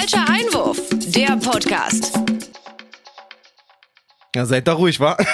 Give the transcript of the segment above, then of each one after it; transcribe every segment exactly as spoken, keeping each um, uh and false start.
Falscher Einwurf, der Podcast. Ja, seid doch ruhig, wa?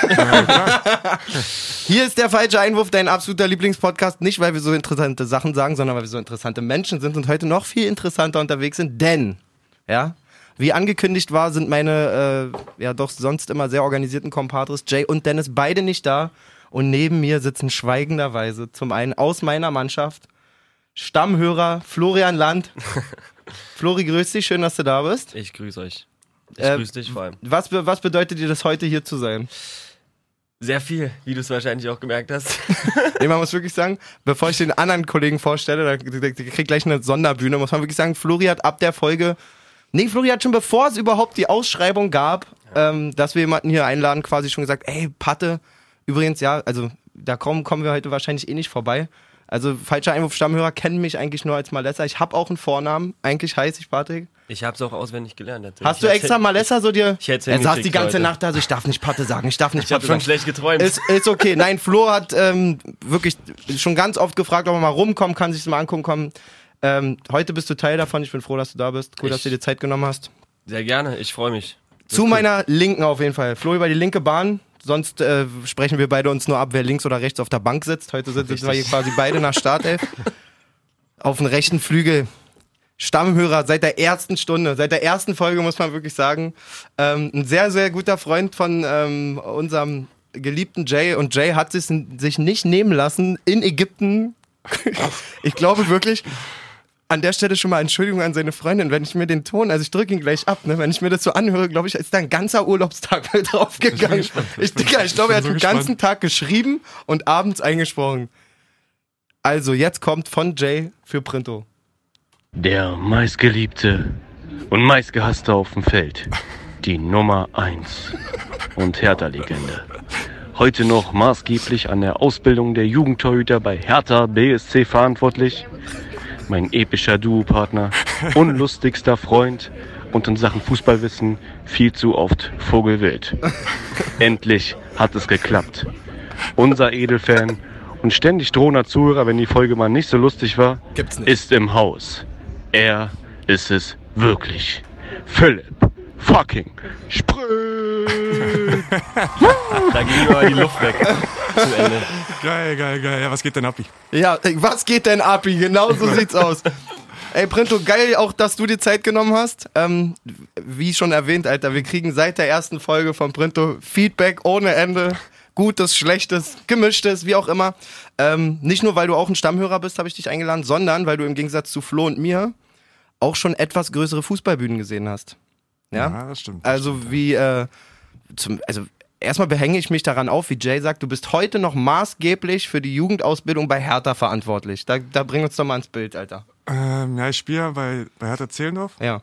Hier ist der Falsche Einwurf, dein absoluter Lieblingspodcast. Nicht, weil wir so interessante Sachen sagen, sondern weil wir so interessante Menschen sind und heute noch viel interessanter unterwegs sind. Denn, ja, wie angekündigt war, sind meine, äh, ja doch sonst immer sehr organisierten Compadres Jay und Dennis beide nicht da. Und neben mir sitzen schweigenderweise zum einen aus meiner Mannschaft Stammhörer Florian Land. Flori, grüß dich, schön, dass du da bist. Ich grüße euch. Ich Äh, grüße dich vor allem. Was, was bedeutet dir das, heute hier zu sein? Sehr viel, wie du es wahrscheinlich auch gemerkt hast. Nee, man muss wirklich sagen, bevor ich den anderen Kollegen vorstelle, da, da, da krieg gleich eine Sonderbühne, muss man wirklich sagen, Flori hat ab der Folge, nee, Flori hat schon bevor es überhaupt die Ausschreibung gab, ja. ähm, dass wir jemanden hier einladen, quasi schon gesagt, ey, Patte, übrigens, ja, also da kommen, kommen wir heute wahrscheinlich eh nicht vorbei. Also falscher Einwurf, Stammhörer kennen mich eigentlich nur als Malessa. Ich habe auch einen Vornamen, eigentlich heiße ich Patrick. Ich habe es auch auswendig gelernt. Natürlich. Hast du extra Malessa so dir? Ich hätte Er saß die ganze heute. Nacht da, also ich darf nicht Patte sagen, ich darf nicht Ich habe Patte schon sagen. schlecht geträumt. Ist, ist okay. Nein, Flo hat ähm, wirklich schon ganz oft gefragt, ob er mal rumkommen kann, sich das mal angucken kann. Ähm, heute bist du Teil davon. Ich bin froh, dass du da bist. Cool, Ich- dass du dir Zeit genommen hast. Sehr gerne, ich freue mich. Zu meiner Linken auf jeden Fall. Flo über die linke Bahn. Sonst äh, sprechen wir beide uns nur ab, wer links oder rechts auf der Bank sitzt. Heute sitzen wir hier quasi beide nach Startelf. Auf dem rechten Flügel. Stammhörer seit der ersten Stunde, seit der ersten Folge, muss man wirklich sagen. Ähm, ein sehr, sehr guter Freund von ähm, unserem geliebten Jay. Und Jay hat sich, sich nicht nehmen lassen, in Ägypten, ich glaube wirklich, an der Stelle schon mal Entschuldigung an seine Freundin, wenn ich mir den Ton, also ich drücke ihn gleich ab, ne? Wenn ich mir das so anhöre, glaube ich, ist da ein ganzer Urlaubstag halt draufgegangen. Ich, ich, Digga, ich glaube, er hat so den gespannt. ganzen Tag geschrieben und abends eingesprochen. Also, jetzt kommt von Jay für Printo. Der meistgeliebte und meistgehasste auf dem Feld. Die Nummer eins und Hertha-Legende. Heute noch maßgeblich an der Ausbildung der Jugendtorhüter bei Hertha B S C verantwortlich. Mein epischer Duopartner, unlustigster Freund und in Sachen Fußballwissen viel zu oft Vogelwild. Endlich hat es geklappt. Unser Edelfan und ständig drohender Zuhörer, wenn die Folge mal nicht so lustig war, Gibt's nicht. ist im Haus. Er ist es wirklich. Philipp fucking Sprüh. Da ging mir mal die Luft weg. Zu Ende. Geil, geil, geil. Ja, was geht denn ab? Ja, ey, was geht denn ab? Genau so sieht's aus. Ey, Printo, geil auch, dass du dir Zeit genommen hast. Ähm, wie schon erwähnt, Alter, wir kriegen seit der ersten Folge von Printo Feedback ohne Ende. Gutes, Schlechtes, Gemischtes, wie auch immer. Ähm, nicht nur, weil du auch ein Stammhörer bist, habe ich dich eingeladen, sondern weil du im Gegensatz zu Flo und mir auch schon etwas größere Fußballbühnen gesehen hast. Ja, Ja, das stimmt. Das also wie, äh, zum, also erstmal behänge ich mich daran auf, wie Jay sagt, du bist heute noch maßgeblich für die Jugendausbildung bei Hertha verantwortlich. Da, da bring uns doch mal ins Bild, Alter. Ähm, ja, ich spiele ja bei, bei Hertha Zehlendorf Ja.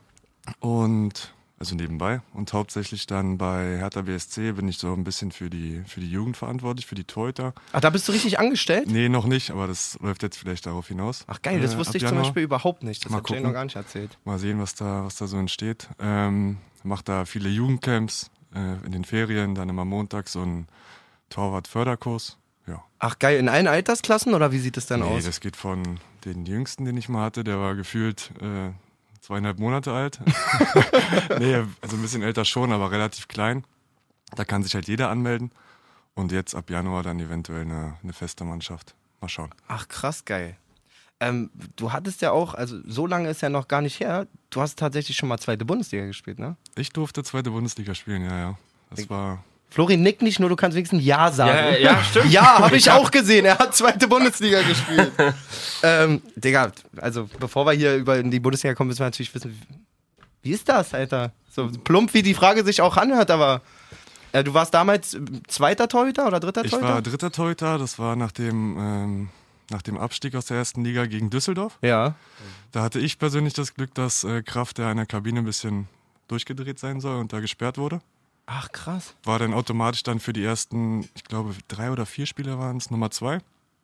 und also nebenbei und hauptsächlich dann bei Hertha B S C bin ich so ein bisschen für die für die Jugend verantwortlich, für die Torhüter. Ach, da bist du richtig angestellt? Nee, noch nicht, aber das läuft jetzt vielleicht darauf hinaus. Ach geil, das Äh, wusste ab ich zum Januar. Beispiel überhaupt nicht. Das Mal hat Jay gucken. noch gar nicht erzählt. Mal sehen, was da was da so entsteht. Ähm, mach da viele Jugendcamps äh, in den Ferien, dann immer montags so ein Torwart-Förderkurs. Ja. Ach geil, in allen Altersklassen oder wie sieht es dann Nee, aus? das geht von den jüngsten, den ich mal hatte, der war gefühlt äh, zweieinhalb Monate alt. Nee, also ein bisschen älter schon, aber relativ klein. Da kann sich halt jeder anmelden. Und jetzt ab Januar dann eventuell eine, eine feste Mannschaft. Mal schauen. Ach krass, geil. Ähm, du hattest ja auch, also so lange ist ja noch gar nicht her, du hast tatsächlich schon mal zweite Bundesliga gespielt, ne? Ich durfte zweite Bundesliga spielen, ja, ja. Das war... Flori nickt nicht nur, du kannst wenigstens Ja sagen. Ja, ja, stimmt. Ja, habe ich auch gesehen. Er hat zweite Bundesliga gespielt. ähm, Digga, also bevor wir hier über die Bundesliga kommen, müssen wir natürlich wissen, wie ist das, Alter? So plump, wie die Frage sich auch anhört, aber äh, du warst damals zweiter Torhüter oder dritter Ich Torhüter? war dritter Torhüter, das war nach dem, ähm, nach dem Abstieg aus der ersten Liga gegen Düsseldorf. Ja. Da hatte ich persönlich das Glück, dass äh, Kraft, der in der Kabine ein bisschen durchgedreht sein soll und da gesperrt wurde. Ach, krass. War dann automatisch dann für die ersten, ich glaube, drei oder vier Spiele waren es, Nummer zwei.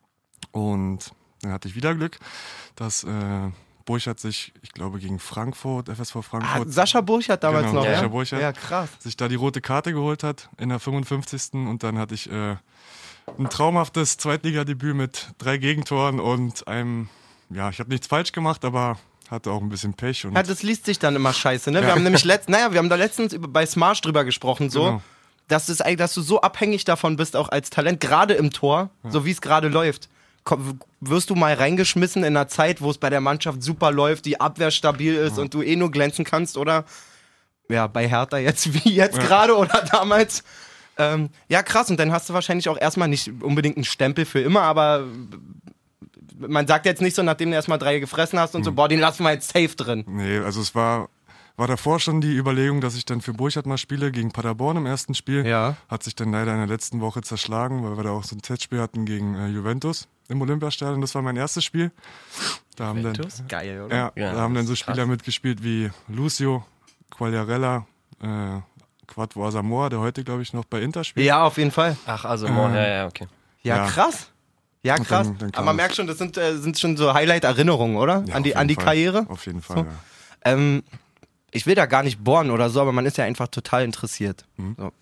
Und dann hatte ich wieder Glück, dass äh, Burchard sich, ich glaube, gegen Frankfurt, F S V Ah, Frankfurt, Sascha Burchard damals Genau, noch, Sascha ja? Burchard. Ja, krass. sich da die rote Karte geholt hat in der fünfundfünfzigsten Und dann hatte ich äh, ein traumhaftes Zweitligadebüt mit drei Gegentoren und einem, ja, ich habe nichts falsch gemacht, aber hatte auch ein bisschen Pech. Und Ja, das liest sich dann immer scheiße, ne? Wir haben nämlich letzt, naja, wir haben da letztens über, bei Smarsh drüber gesprochen, so, Genau. dass, es, eigentlich- dass du so abhängig davon bist, auch als Talent, gerade im Tor, so wie es gerade läuft. Komm, wirst du mal reingeschmissen in einer Zeit, wo es bei der Mannschaft super läuft, die Abwehr stabil ist und du eh nur glänzen kannst, oder? Ja, bei Hertha jetzt wie jetzt gerade oder damals. Ähm, ja, krass. Und dann hast du wahrscheinlich auch erstmal nicht unbedingt einen Stempel für immer, aber man sagt jetzt nicht so, nachdem du erstmal drei gefressen hast und so, boah, den lassen wir jetzt safe drin. Nee, also es war, war davor schon die Überlegung, dass ich dann für Burchard mal spiele gegen Paderborn im ersten Spiel. Ja. Hat sich dann leider in der letzten Woche zerschlagen, weil wir da auch so ein Testspiel hatten gegen äh, Juventus im Olympiastadion. Das war mein erstes Spiel. Da haben dann, Geil, oder? ja, Ja, da haben dann so das ist Spieler krass. mitgespielt wie Lucio, Quagliarella, äh, Quattro Asamoah, der heute, glaube ich, noch bei Inter spielt. Ja, auf jeden Fall. Ach, also, ähm, ja, ja, okay. Ja, Ja. krass. Ja, Und krass. dann- dann kam Aber man es. merkt schon, das sind, äh, sind schon so Highlight-Erinnerungen, oder? Ja, an auf die, jeden an die Fall. Karriere. Auf jeden Fall, So. ja. Ähm, ich will da gar nicht bohren oder so, aber man ist ja einfach total interessiert. Mhm. So.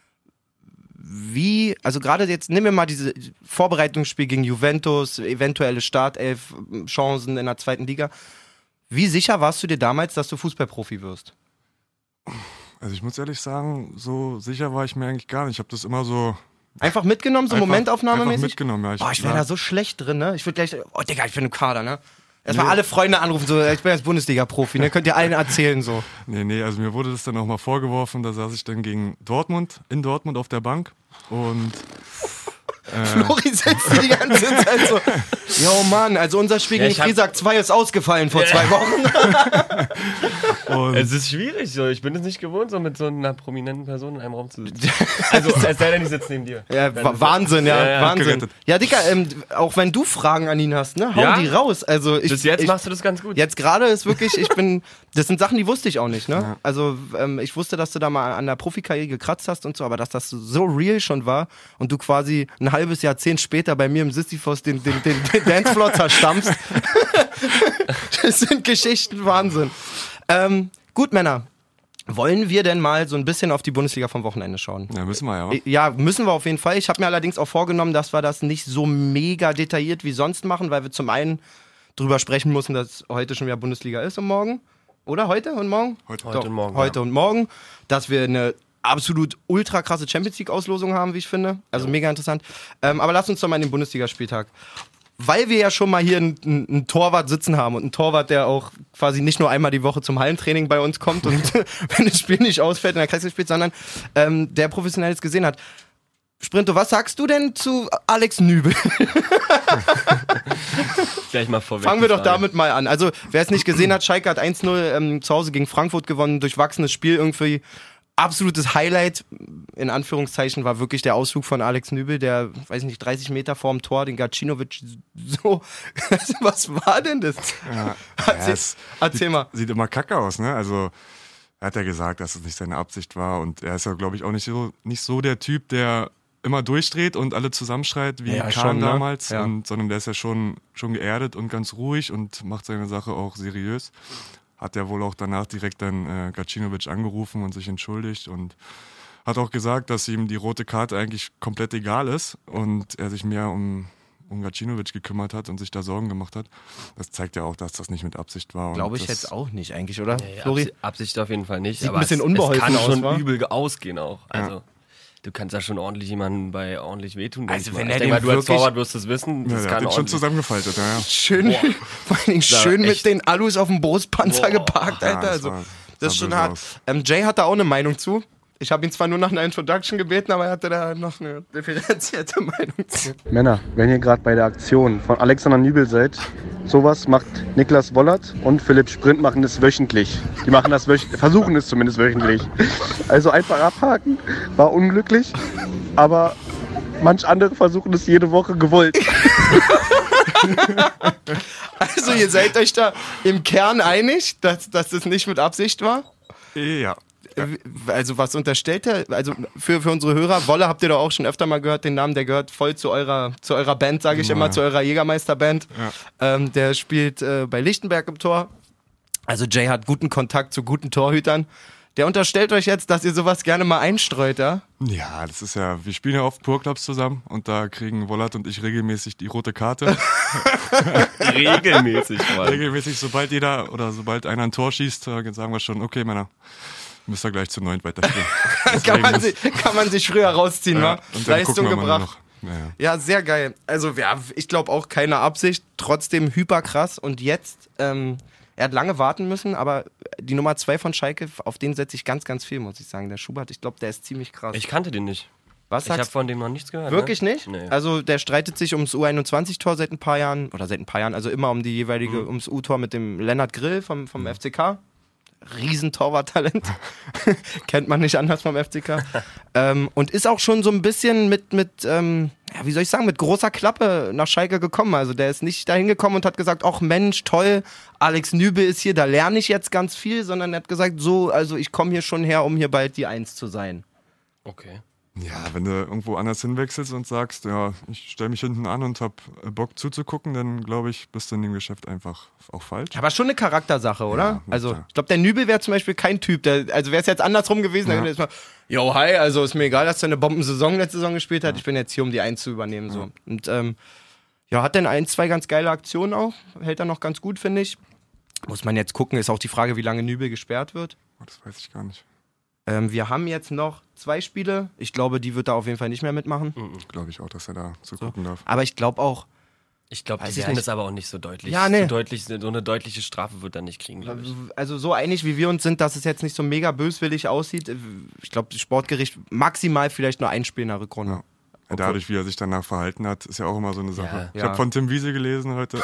Wie, also gerade jetzt, nehmen wir mal diese Vorbereitungsspiel gegen Juventus, eventuelle Startelf-Chancen in der zweiten Liga. Wie sicher warst du dir damals, dass du Fußballprofi wirst? Also ich muss ehrlich sagen, so sicher war ich mir eigentlich gar nicht. Ich habe das immer so Einfach mitgenommen, so einfach, momentaufnahmemäßig? einfach mitgenommen. Ja. Boah, ich wäre war- da so schlecht drin, ne? Ich würde gleich, oh Digga, ich bin im Kader, ne? Erstmal Nee. alle Freunde anrufen, so, ich bin jetzt Bundesliga-Profi, ne? Könnt ihr allen erzählen, so. Nee, nee, also mir wurde das dann auch mal vorgeworfen, da saß ich dann gegen Dortmund, in Dortmund auf der Bank und Flori sitzt die ganze Zeit so, yo Mann, also unser Spiel Ja, gegen ich hab- Friesack zwei ist ausgefallen vor zwei Wochen. und Es ist schwierig, so. Ich bin es nicht gewohnt, so mit so einer prominenten Person in einem Raum zu sitzen. Also, es sei denn, ich sitze neben dir. Ja, Dann wa- ist- Wahnsinn, ja, Ja, ja, Wahnsinn. gerettet. Ja, Digga, ähm, auch wenn du Fragen an ihn hast, ne, hau Ja? die raus. Also ich, Bis jetzt ich, machst du das ganz gut. Jetzt gerade ist wirklich, ich bin, das sind Sachen, die wusste ich auch nicht, ne? Also ähm, ich wusste, dass du da mal an der Profikarriere gekratzt hast und so, aber dass das so real schon war und du quasi ein halbes Jahrzehnt später bei mir im Sisyphos den, den, den, den Dancefloor zerstampfst. Das sind Geschichten, Wahnsinn. Ähm, gut, Männer, wollen wir denn mal so ein bisschen auf die Bundesliga vom Wochenende schauen? ja, müssen wir ja. Ja, müssen wir auf jeden Fall. Ich habe mir allerdings auch vorgenommen, dass wir das nicht so mega detailliert wie sonst machen, weil wir zum einen drüber sprechen müssen, dass heute schon wieder Bundesliga ist und morgen. Oder heute und morgen? Heute, Heute und morgen, Heute und morgen. Dass wir eine absolut ultra krasse Champions League-Auslosung haben, wie ich finde. Also mega interessant. Ähm, aber lass uns doch mal in den Bundesligaspieltag. Weil wir ja schon mal hier einen, einen Torwart sitzen haben und einen Torwart, der auch quasi nicht nur einmal die Woche zum Hallentraining bei uns kommt und wenn das Spiel nicht ausfällt in der Kreisliga spielt, sondern ähm, der Professionelles gesehen hat. Sprinto, was sagst du denn zu Alex Nübel? Gleich mal vorweg. Fangen wir die doch Frage. damit mal an. Also, wer es nicht gesehen hat, Schalke hat eins null ähm, zu Hause gegen Frankfurt gewonnen, durchwachsenes Spiel irgendwie. Absolutes Highlight, in Anführungszeichen, war wirklich der Ausflug von Alex Nübel, der, weiß ich nicht, dreißig Meter vorm Tor, den Gacinovic so, was war denn das? Ja, Erzähl, es erzähl mal. sieht immer kacke aus, ne? Also er hat ja gesagt, dass es nicht seine Absicht war und er ist ja, glaube ich, auch nicht so, nicht so der Typ, der immer durchdreht und alle zusammenschreit wie Ja, Kahn schon, ne? damals, Ja. und, sondern der ist ja schon, schon geerdet und ganz ruhig und macht seine Sache auch seriös. Hat er wohl auch danach direkt dann äh, Gacinovic angerufen und sich entschuldigt und hat auch gesagt, dass ihm die rote Karte eigentlich komplett egal ist und er sich mehr um, um Gacinovic gekümmert hat und sich da Sorgen gemacht hat. Das zeigt ja auch, dass das nicht mit Absicht war. und Glaube ich das, jetzt auch nicht eigentlich, oder? Nee, Flori? Absi- Absicht auf jeden Fall nicht. Sieht aber ein bisschen es, unbeholfen es kann aus, schon wa? übel ausgehen auch. Also, du kannst da schon ordentlich jemanden bei ordentlich wehtun. Also, denk wenn mal. er ich denk mal, den du als wirklich- Torwart wirst es wissen. Ja, Das der kann hat den schon ordentlich. zusammengefaltet, ja, ja. Schön, vor allen Dingen Da schön mit echt- den Alus auf dem Brustpanzer Boah. geparkt, Ja, Alter. das Also, war- das ist sah schon böse hart. aus. Ähm, Jay hat da auch eine Meinung zu. Ich habe ihn zwar nur nach einer Introduction gebeten, aber er hatte da noch eine differenzierte Meinung zu. Männer, wenn ihr gerade bei der Aktion von Alexander Nübel seid, sowas macht Niklas Wollert und Philipp Sprint machen das wöchentlich. Die machen das wöch- versuchen es zumindest wöchentlich. Also einfach abhaken, war unglücklich, aber manch andere versuchen es jede Woche gewollt. Also ihr seid euch da im Kern einig, dass, dass das nicht mit Absicht war? Ja. Also was unterstellt er? Also für, für unsere Hörer, Wolle habt ihr doch auch schon öfter mal gehört, den Namen, der gehört voll zu eurer, zu eurer Band, sage ich Ja. immer, zu eurer Jägermeister-Band. Ja. Ähm, der spielt äh, bei Lichtenberg im Tor. Also Jay hat guten Kontakt zu guten Torhütern. Der unterstellt euch jetzt, dass ihr sowas gerne mal einstreut, ja? Ja, das ist ja, wir spielen ja oft Purclubs zusammen und da kriegen Wollert und ich regelmäßig die rote Karte. Regelmäßig, Mann. Regelmäßig, sobald jeder oder sobald einer ein Tor schießt, äh, sagen wir schon, okay, Männer, müsst ihr gleich zu neunt weiterspielen. kann, man sich, kann man sich früher rausziehen, ja, wa? und dann Leistung gucken wir mal nur gebracht. noch. Ja, ja. Ja, sehr geil. Also, ja, ich glaube auch keine Absicht, trotzdem hyperkrass. Und jetzt, ähm, er hat lange warten müssen, aber die Nummer zwei von Schalke, auf den setze ich ganz, ganz viel, muss ich sagen. Der Schubert, ich glaube, der ist ziemlich krass. Ich kannte den nicht. Was Ich habe sagst von dem noch nichts gehört. Wirklich ne? nicht? Nee. Also der streitet sich ums U einundzwanzig-Tor seit ein paar Jahren, oder seit ein paar Jahren, also immer um die jeweilige, Mhm. ums U-Tor mit dem Lennart Grill vom, vom F C K. Riesentorwarttalent. Kennt man nicht anders vom F C K. ähm, und ist auch schon so ein bisschen mit, mit ähm, ja, wie soll ich sagen, mit großer Klappe nach Schalke gekommen. Also der ist nicht dahin gekommen und hat gesagt, ach Mensch, toll, Alex Nübel ist hier, da lerne ich jetzt ganz viel, sondern er hat gesagt, so, also ich komme hier schon her, um hier bald die Eins zu sein. Okay. Ja, wenn du irgendwo anders hinwechselst und sagst, ja, ich stelle mich hinten an und hab Bock zuzugucken, dann glaube ich, bist du in dem Geschäft einfach auch falsch. Aber schon eine Charaktersache, oder? Ja, also, klar. ich glaube, der Nübel wäre zum Beispiel kein Typ, der, also wäre es jetzt andersrum gewesen, dann Ja. hätte er jetzt mal, yo, hi, also ist mir egal, dass er eine Bombensaison letzte Saison gespielt hat, ich bin jetzt hier, um die Eins zu übernehmen, so. Und, ähm, ja, hat dann ein, zwei ganz geile Aktionen auch, hält er noch ganz gut, finde ich. Muss man jetzt gucken, ist auch die Frage, wie lange Nübel gesperrt wird. Oh, das weiß ich gar nicht. Ähm, wir haben jetzt noch zwei Spiele, ich glaube, die wird er auf jeden Fall nicht mehr mitmachen. Glaube ich auch, dass er da zugucken darf. Aber ich glaube auch, Ich glaube, Weiß die ich werden nicht. es aber auch nicht so deutlich. Ja, nee. So, deutlich, so eine deutliche Strafe wird er nicht kriegen, glaube ich. also so einig wie wir uns sind, dass es jetzt nicht so mega böswillig aussieht. Ich glaube, das Sportgericht maximal vielleicht nur ein Spiel in der Rückrunde. Ja. Dadurch, wie er sich danach verhalten hat, ist ja auch immer so eine Sache. Ja. Ich Ja. habe von Tim Wiese gelesen heute.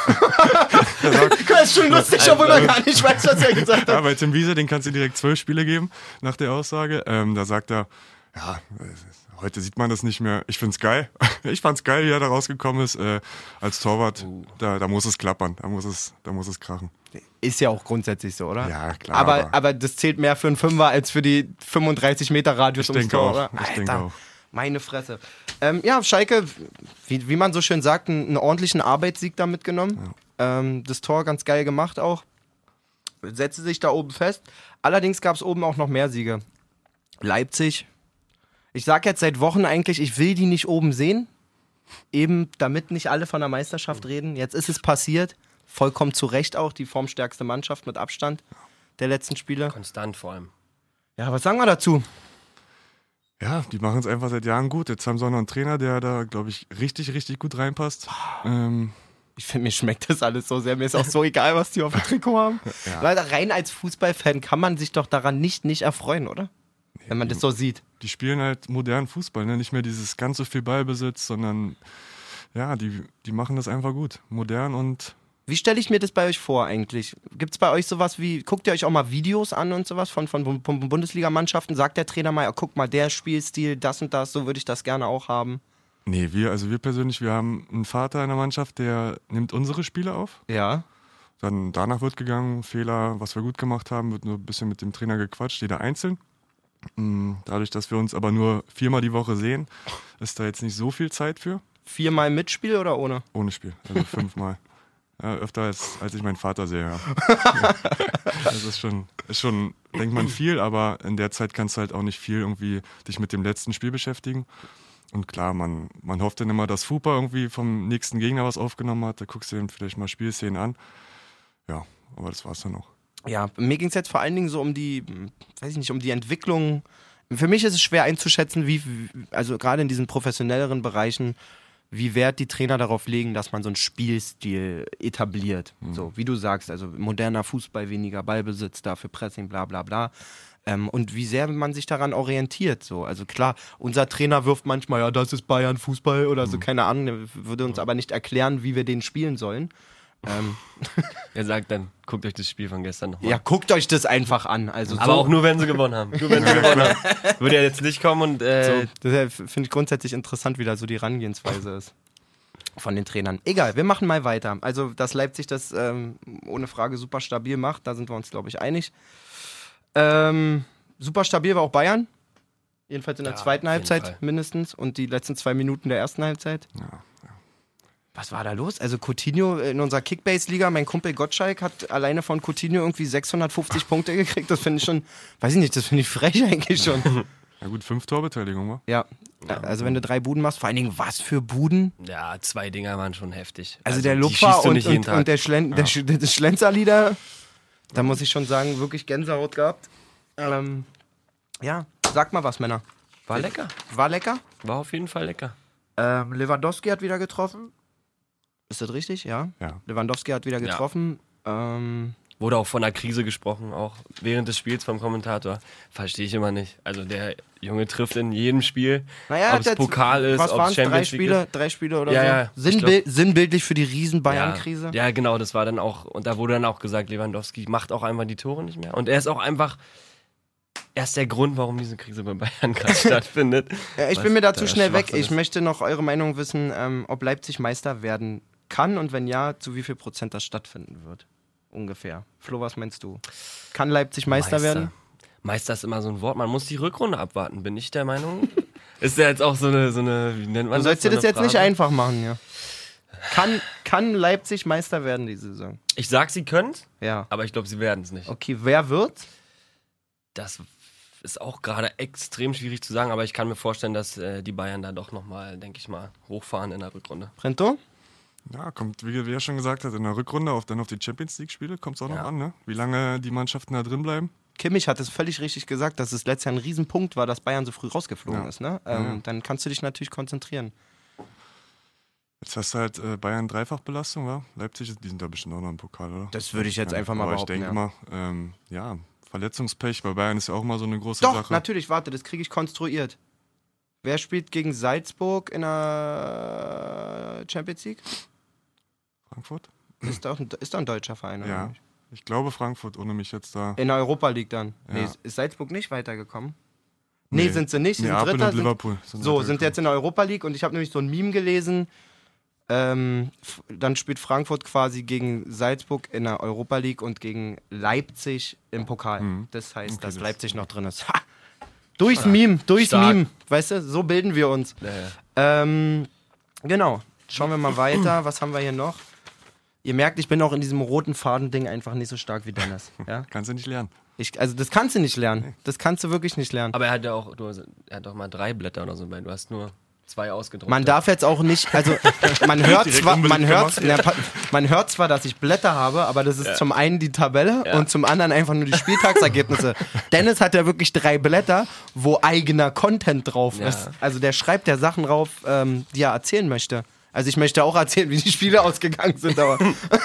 Das ist schon lustig, obwohl man gar nicht weiß, was er gesagt hat. Ja, bei Tim Wiese, den kannst du direkt zwölf Spiele geben, nach der Aussage. Ähm, da sagt er, ja, äh, heute sieht man das nicht mehr. Ich find's geil. Ich fand's geil, wie er da rausgekommen ist. Äh, als Torwart, Uh. da, da muss es klappern, da muss es, da muss es krachen. Ist ja auch grundsätzlich so, oder? Ja, klar, Aber, aber- aber das zählt mehr für einen Fünfer als für die fünfunddreißig Meter Radius Ich ums denke Tor, auch, oder? ich Alter, denke auch. meine Fresse. Ähm, ja, Schalke, wie, wie man so schön sagt, einen, einen ordentlichen Arbeitssieg da mitgenommen. Ähm, das Tor ganz geil gemacht auch. Setzte sich da oben fest. Allerdings gab es oben auch noch mehr Siege. Leipzig. Ich sag jetzt seit Wochen eigentlich, ich will die nicht oben sehen. Eben damit nicht alle von der Meisterschaft reden. Jetzt ist es passiert. Vollkommen zu Recht auch. Die formstärkste Mannschaft mit Abstand der letzten Spiele. Konstant vor allem. Ja, was sagen wir dazu? Ja, die machen es einfach seit Jahren gut. Jetzt haben sie auch noch einen Trainer, der da, glaube ich, richtig, richtig gut reinpasst. Ähm, Ich finde, mir schmeckt das alles so sehr. Mir ist auch so egal, was die auf dem Trikot haben. Ja. Weil rein als Fußballfan kann man sich doch daran nicht, nicht erfreuen, oder? Wenn man das so sieht. die spielen halt modernen Fußball, ne? Nicht mehr dieses ganz so viel Ballbesitz, sondern ja, die, die machen das einfach gut. Modern und Wie stelle ich mir das bei euch vor eigentlich? Gibt es bei euch sowas wie, guckt ihr euch auch mal Videos an und sowas von, von, von Bundesligamannschaften? Sagt der Trainer mal, oh, guck mal, der Spielstil, das und das, so würde ich das gerne auch haben. nee, wir, also wir persönlich, wir haben einen Vater in der Mannschaft, der nimmt unsere Spiele auf. Ja. Dann danach wird gegangen, Fehler, was wir gut gemacht haben, wird nur ein bisschen mit dem Trainer gequatscht, jeder einzeln. Mm, Dadurch, dass wir uns aber nur viermal die Woche sehen, ist da jetzt nicht so viel Zeit für. Viermal Mitspiel oder ohne? Ohne Spiel, also fünfmal. Ja, öfter als, als ich meinen Vater sehe, ja. Das ist schon, ist schon, denkt man viel, aber in der Zeit kannst du halt auch nicht viel irgendwie dich mit dem letzten Spiel beschäftigen. Und klar, man, man hofft dann immer, dass Fupa irgendwie vom nächsten Gegner was aufgenommen hat. Da guckst du dir vielleicht mal Spielszenen an. Ja, aber das war's dann auch. Ja, mir ging es jetzt vor allen Dingen so um die, weiß ich nicht, um die Entwicklung. Für mich ist es schwer einzuschätzen, wie, also gerade in diesen professionelleren Bereichen, wie Wert die Trainer darauf legen, dass man so einen Spielstil etabliert. Mhm. So, wie du sagst, also moderner Fußball, weniger Ballbesitz, dafür Pressing, bla bla bla. Ähm, und wie sehr man sich daran orientiert. So. Also klar, unser Trainer wirft manchmal, ja, das ist Bayern Fußball oder so, keine Ahnung, der würde uns aber nicht erklären, wie wir den spielen sollen. Ähm, Er sagt dann, guckt euch das Spiel von gestern nochmal. ja, guckt euch das einfach an. Also Aber so, auch nur, wenn sie gewonnen haben. Nur wenn sie gewonnen haben. Würde er jetzt nicht kommen und äh, So, das finde ich grundsätzlich interessant, wie da so die Herangehensweise ist von den Trainern. Egal, wir machen mal weiter. Also, dass Leipzig das ähm, ohne Frage super stabil macht, da sind wir uns, glaube ich, einig. Ähm, super stabil war auch Bayern. Jedenfalls in der Ja, zweiten auf jeden Halbzeit Fall. mindestens und die letzten zwei Minuten der ersten Halbzeit. Ja, ja. Was war da los? Also Coutinho in unserer Kickbase-Liga, mein Kumpel Gottschalk hat alleine von Coutinho irgendwie sechshundertfünfzig Punkte gekriegt. Das finde ich schon, weiß ich nicht, das finde ich frech eigentlich schon. Ja gut, fünf Torbeteiligung, wa? Ja, also wenn du drei Buden machst, vor allen Dingen was für Buden? Ja, zwei Dinger waren schon heftig. Also, Also der die Lupfer schießt du und, nicht jeden und, Tag. und der, Schlen der, Sch der Schlenzerlieder, da muss ich schon sagen, wirklich Gänsehaut gehabt. Ähm, ja, sag mal was, Männer. War lecker. War lecker? War auf jeden Fall lecker. Ähm, Lewandowski hat wieder getroffen. Ist das richtig? Ja. Ja. Lewandowski hat wieder getroffen. Ja. Ähm, Wurde auch von der Krise gesprochen, auch während des Spiels vom Kommentator. Verstehe ich immer nicht. Also der Junge trifft in jedem Spiel, naja, ob es Pokal ist, was ob waren es drei Champions League Spiele, ist. drei Spiele oder Ja, so? ja, ich Sinnbild, sinnbildlich für die riesen Ja, Bayern-Krise. ja, genau, das war dann auch, und da wurde dann auch gesagt, Lewandowski macht auch einfach die Tore nicht mehr. Und er ist auch einfach, er ist der Grund, warum diese Krise bei Bayern gerade stattfindet. Ja, ich Was bin mir da zu der schnell weg. Schwachsinn Ich ist. möchte noch eure Meinung wissen, ähm, ob Leipzig Meister werden kann und wenn ja, zu wie viel Prozent das stattfinden wird. Ungefähr. Flo, was meinst du? Kann Leipzig Meister, werden? Meister ist immer so ein Wort, man muss die Rückrunde abwarten, bin ich der Meinung. Ist ja jetzt auch so eine, so eine wie nennt man Du das? sollst dir so das eine jetzt nicht Phrase? einfach machen, ja. Kann, kann Leipzig Meister werden diese Saison? Ich sag, sie können, Ja. aber ich glaube, sie werden es nicht. Okay, wer wird? Das ist auch gerade extrem schwierig zu sagen, aber ich kann mir vorstellen, dass äh, die Bayern da doch nochmal, denke ich mal, hochfahren in der Rückrunde. Brento? Ja, kommt, wie, wie er schon gesagt hat, in der Rückrunde auf, dann auf die Champions League-Spiele kommt es auch noch Ja. an, ne? Wie lange die Mannschaften da drin bleiben. Kimmich hat es völlig richtig gesagt, dass es letztes Jahr ein Riesenpunkt war, dass Bayern so früh rausgeflogen Ja. ist. Ne? Ähm, Ja. Dann kannst du dich natürlich konzentrieren. Jetzt hast du halt äh, Bayern Dreifachbelastung, wa? Leipzig, die sind da bestimmt auch noch im Pokal, oder? Das würde ich jetzt einfach mal aber behaupten, Ich denke ja. mal, ähm, ja, Verletzungspech bei Bayern ist ja auch mal so eine große Doch, Sache. natürlich, warte, das kriege ich konstruiert. Wer spielt gegen Salzburg in der Champions League? Frankfurt? Ist doch ein, ist doch ein deutscher Verein, oder Ja. nicht? Ich glaube Frankfurt, ohne mich jetzt da. In der Europa League dann. Ja. Nee, ist Salzburg nicht weitergekommen? Nee, Nee. sind sie nicht. Sie sind Neapel Dritter. und Sind, Liverpool. Sind so, sind weitergekommen. jetzt in der Europa League und ich habe nämlich so ein Meme gelesen. Ähm, f- dann spielt Frankfurt quasi gegen Salzburg in der Europa League und gegen Leipzig im Pokal. Mhm. Das heißt, Okay, dass das- Leipzig noch drin ist. Ha! Durchs Meme, durchs Stark. Meme. Weißt du, so bilden wir uns. Ja, ja. Ähm, genau. Schauen wir mal weiter. Was haben wir hier noch? Ihr merkt, ich bin auch in diesem roten Faden-Ding einfach nicht so stark wie Dennis. Ja? Kannst du nicht lernen. Ich, also das kannst du nicht lernen. Das kannst du wirklich nicht lernen. Aber er hat ja auch, du, er hat doch mal drei Blätter oder so bei. Du hast nur zwei ausgedruckt. Man darf jetzt auch nicht, also man hört Direkt zwar, man unbedingt hört, gemacht, na, pa- man hört zwar, dass ich Blätter habe, aber das ist Ja. zum einen die Tabelle Ja. und zum anderen einfach nur die Spieltagsergebnisse. Dennis hat ja wirklich drei Blätter, wo eigener Content drauf Ja. ist. Also der schreibt ja Sachen drauf, ähm, die er erzählen möchte. Also ich möchte auch erzählen, wie die Spiele ausgegangen sind, aber.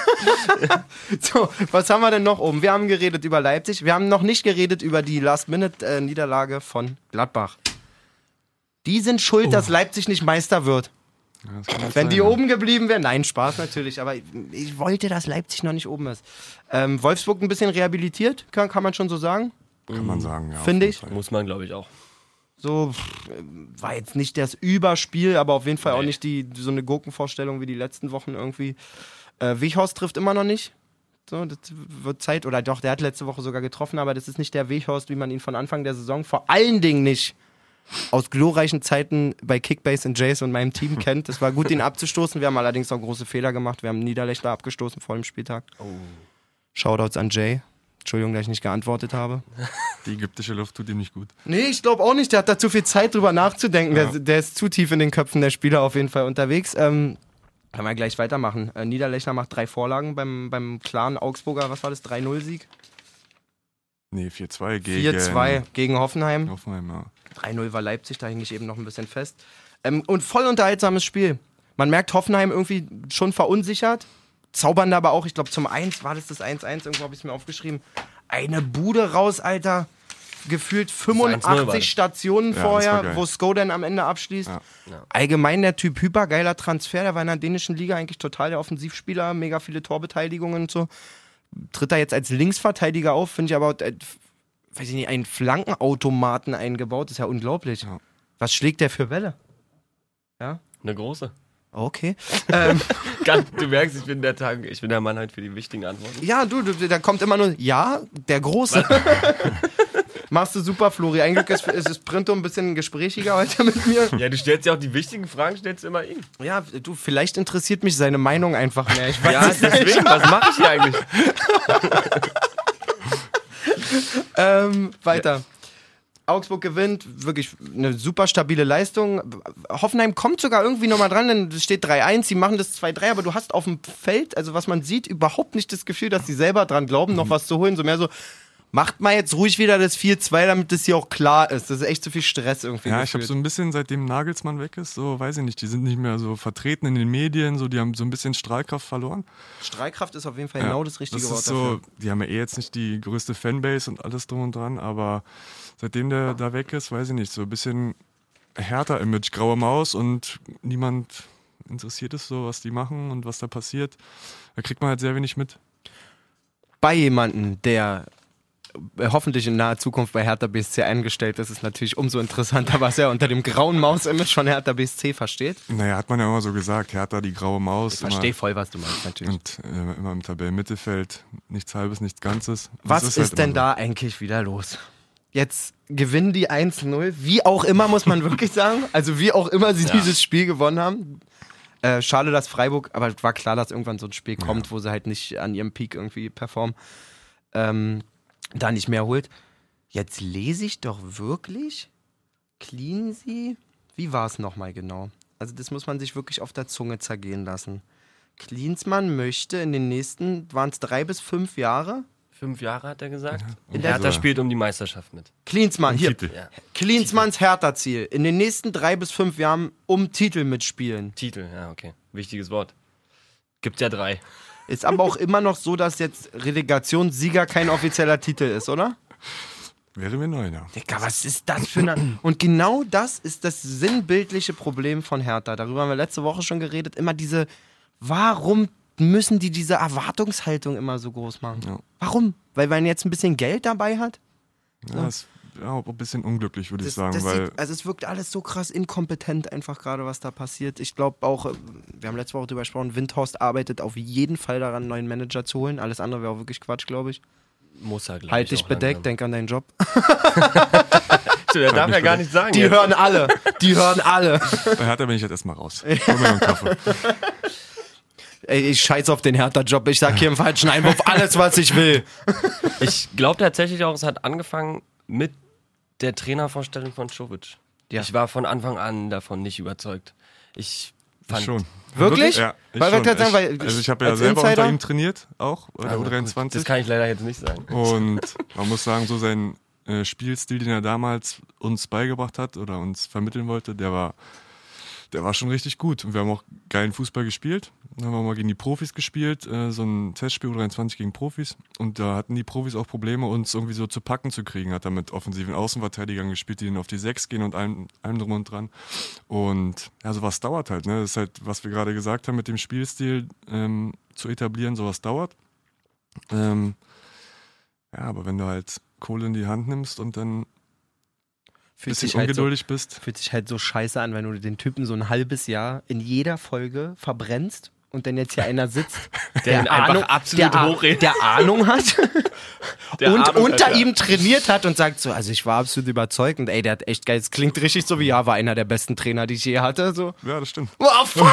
So, was haben wir denn noch oben? Wir haben geredet über Leipzig. Wir haben noch nicht geredet über die Last-Minute-Niederlage von Gladbach. Die sind schuld, dass Leipzig nicht Meister wird. Ja, das kann jetzt Wenn sein, die ja. oben geblieben wären, nein, Spaß natürlich, aber ich, ich wollte, dass Leipzig noch nicht oben ist. Ähm, Wolfsburg ein bisschen rehabilitiert, kann, kann man schon so sagen. Kann man sagen, ja. auf Finde jeden ich. Fall. Muss man, glaube ich, auch. So, pff, war jetzt nicht das Überspiel, aber auf jeden Fall auch Nee. nicht die, so eine Gurkenvorstellung wie die letzten Wochen irgendwie. Äh, Weghorst trifft immer noch nicht. So, das wird Zeit, oder doch, der hat letzte Woche sogar getroffen, aber das ist nicht der Weghorst, wie man ihn von Anfang der Saison, vor allen Dingen nicht aus glorreichen Zeiten bei Kickbase und Jace und meinem Team kennt. Es war gut, ihn abzustoßen. Wir haben allerdings auch große Fehler gemacht. Wir haben Niederlechner abgestoßen vor dem Spieltag. Oh. Shoutouts an Jay. Entschuldigung, dass ich nicht geantwortet habe. Die ägyptische Luft tut ihm nicht gut. Nee, ich glaube auch nicht. Der hat da zu viel Zeit drüber nachzudenken. Ja. Der, der ist zu tief in den Köpfen der Spieler auf jeden Fall unterwegs. Ähm, können wir gleich weitermachen. Äh, Niederlechner macht drei Vorlagen beim, beim klaren Augsburger, was war das, drei null Sieg? Nee, vier zwei gegen vier zwei gegen Hoffenheim. Hoffenheim, ja. drei null war Leipzig, da hing ich eben noch ein bisschen fest. Ähm, und voll unterhaltsames Spiel. Man merkt Hoffenheim irgendwie schon verunsichert. Zaubern aber auch, ich glaube zum eins war das das eins eins, irgendwo habe ich es mir aufgeschrieben. Eine Bude raus, Alter. Gefühlt eins null war das. fünfundachtzig Stationen Ja, das war vorher, geil. wo Skoden am Ende abschließt. Ja. Ja. Allgemein der Typ hypergeiler Transfer, der war in der dänischen Liga eigentlich total der Offensivspieler, mega viele Torbeteiligungen und so. Tritt er jetzt als Linksverteidiger auf, finde ich aber, äh, weiß ich nicht, einen Flankenautomaten eingebaut, das ist ja unglaublich. Ja. Was schlägt der für Bälle? Eine große. Okay. ähm, Ganz, du merkst, ich bin der Tag, ich bin der Mann halt für die wichtigen Antworten. ja, du, du, da kommt immer nur, ja, der Große. Machst du super, Flori. Eigentlich ist, ist es Printo ein bisschen gesprächiger heute mit mir. Ja, du stellst ja auch die wichtigen Fragen, stellst du immer ihm. Ja, du, vielleicht interessiert mich seine Meinung einfach mehr. Ich weiß Ja, es nicht. deswegen, was mache ich hier eigentlich? Ähm, weiter. Augsburg gewinnt, wirklich eine super stabile Leistung. Hoffenheim kommt sogar irgendwie nochmal dran, denn es steht drei eins, sie machen das zwei drei, aber du hast auf dem Feld, also was man sieht, überhaupt nicht das Gefühl, dass sie selber dran glauben, noch was zu holen. So mehr so, macht mal jetzt ruhig wieder das vier zwei, damit das hier auch klar ist. Das ist echt zu viel Stress irgendwie. Ja, ich habe gefühlt. so ein bisschen, seitdem Nagelsmann weg ist, so weiß ich nicht, die sind nicht mehr so vertreten in den Medien, so die haben so ein bisschen Strahlkraft verloren. Strahlkraft ist auf jeden Fall Ja, genau das richtige das Wort ist so, dafür. die haben ja eh jetzt nicht die größte Fanbase und alles drum und dran, aber seitdem der da weg ist, weiß ich nicht, so ein bisschen härter Image, graue Maus und niemand interessiert es so, was die machen und was da passiert. Da kriegt man halt sehr wenig mit. Bei jemandem, der hoffentlich in naher Zukunft bei Hertha B S C eingestellt ist, ist natürlich umso interessanter, was er unter dem grauen Maus-Image von Hertha B S C versteht. Naja, hat man ja immer so gesagt, Hertha, die graue Maus. Ich verstehe voll, was du meinst, natürlich. Und äh, immer im Tabellenmittelfeld, nichts Halbes, nichts Ganzes. Was Das ist, halt denn immer da eigentlich wieder los? Jetzt gewinnen die eins null, wie auch immer, muss man wirklich sagen. Also wie auch immer sie Ja. dieses Spiel gewonnen haben. Äh, schade, dass Freiburg, aber es war klar, dass irgendwann so ein Spiel kommt, Ja. wo sie halt nicht an ihrem Peak irgendwie performen, ähm, da nicht mehr holt. Jetzt lese ich doch wirklich, Cleansey, wie war es nochmal genau? Also das muss man sich wirklich auf der Zunge zergehen lassen. Klinsmann möchte in den nächsten, waren es drei bis fünf Jahre? Fünf Jahre hat er gesagt. In In der- Hertha spielt um die Meisterschaft mit. Klinsmann, Um hier. Titel. Ja. Klinsmanns Hertha-Ziel. In den nächsten drei bis fünf Jahren um Titel mitspielen. Titel, ja, okay. Wichtiges Wort. Gibt ja drei. Ist aber auch immer noch so, dass jetzt Relegationssieger kein offizieller Titel ist, oder? Wäre mir neu, ja. Digga, was ist das für eine... Und genau das ist das sinnbildliche Problem von Hertha. Darüber haben wir letzte Woche schon geredet. Immer diese... Warum müssen die diese Erwartungshaltung immer so groß machen? Ja. Warum? Weil man jetzt ein bisschen Geld dabei hat? Ja, ist ja, auch ein bisschen unglücklich, würde ich Das, sagen, das weil sieht, also es wirkt alles so krass inkompetent einfach gerade, was da passiert. Ich glaube auch, äh, wir haben letzte Woche drüber gesprochen, Windhorst arbeitet auf jeden Fall daran, einen neuen Manager zu holen. Alles andere wäre auch wirklich Quatsch, glaube ich. Muss er, glaube Halt ich. dich auch bedeckt, langsam. denk an deinen Job. Der darf ja gar nicht sagen. Die jetzt. hören alle, die hören alle. bei Hertha bin ich jetzt erstmal raus. Hol mir noch einen Kaffee. Ey, ich scheiß auf den Hertha-Job, ich sag hier im falschen Einwurf alles, was ich will. Ich glaube tatsächlich auch, es hat angefangen mit der Trainervorstellung von Czovic. Ja. Ich war von Anfang an davon nicht überzeugt. Ich fand Ich schon. Wirklich? Ja, ich Weil wir schon. gerade sagen, Ich- weil also ich habe ja als selber Insider- unter ihm trainiert, auch, bei der Ah, U gut. dreiundzwanzig. Das kann ich leider jetzt nicht sagen. Und man muss sagen, so sein äh, Spielstil, den er damals uns beigebracht hat oder uns vermitteln wollte, der war, der war schon richtig gut. Und wir haben auch geilen Fußball gespielt. Dann haben wir mal gegen die Profis gespielt, äh, so ein Testspiel U dreiundzwanzig gegen Profis. Und da hatten die Profis auch Probleme, uns irgendwie so zu packen zu kriegen. Hat er mit offensiven Außenverteidigern gespielt, die dann auf die Sechs gehen und allem, allem drum und dran. Und ja, sowas dauert halt. Ne? Das ist halt, was wir gerade gesagt haben, mit dem Spielstil ähm, zu etablieren, sowas dauert. Ähm, ja, aber wenn du halt Kohle in die Hand nimmst und dann ein Fühlt bisschen sich, halt so, ungeduldig bist. fühlt sich halt so scheiße an, wenn du den Typen so ein halbes Jahr in jeder Folge verbrennst und dann jetzt hier einer sitzt, Der ihn einfach absolut der, hochredet. der Ahnung hat Der und Ahnung hat, unter ja. ihm trainiert hat und sagt so, also ich war absolut überzeugt und ey, der hat echt geil, es klingt richtig so wie, ja, war einer der besten Trainer, die ich je hatte, so. Ja, das stimmt. Oh, fuck!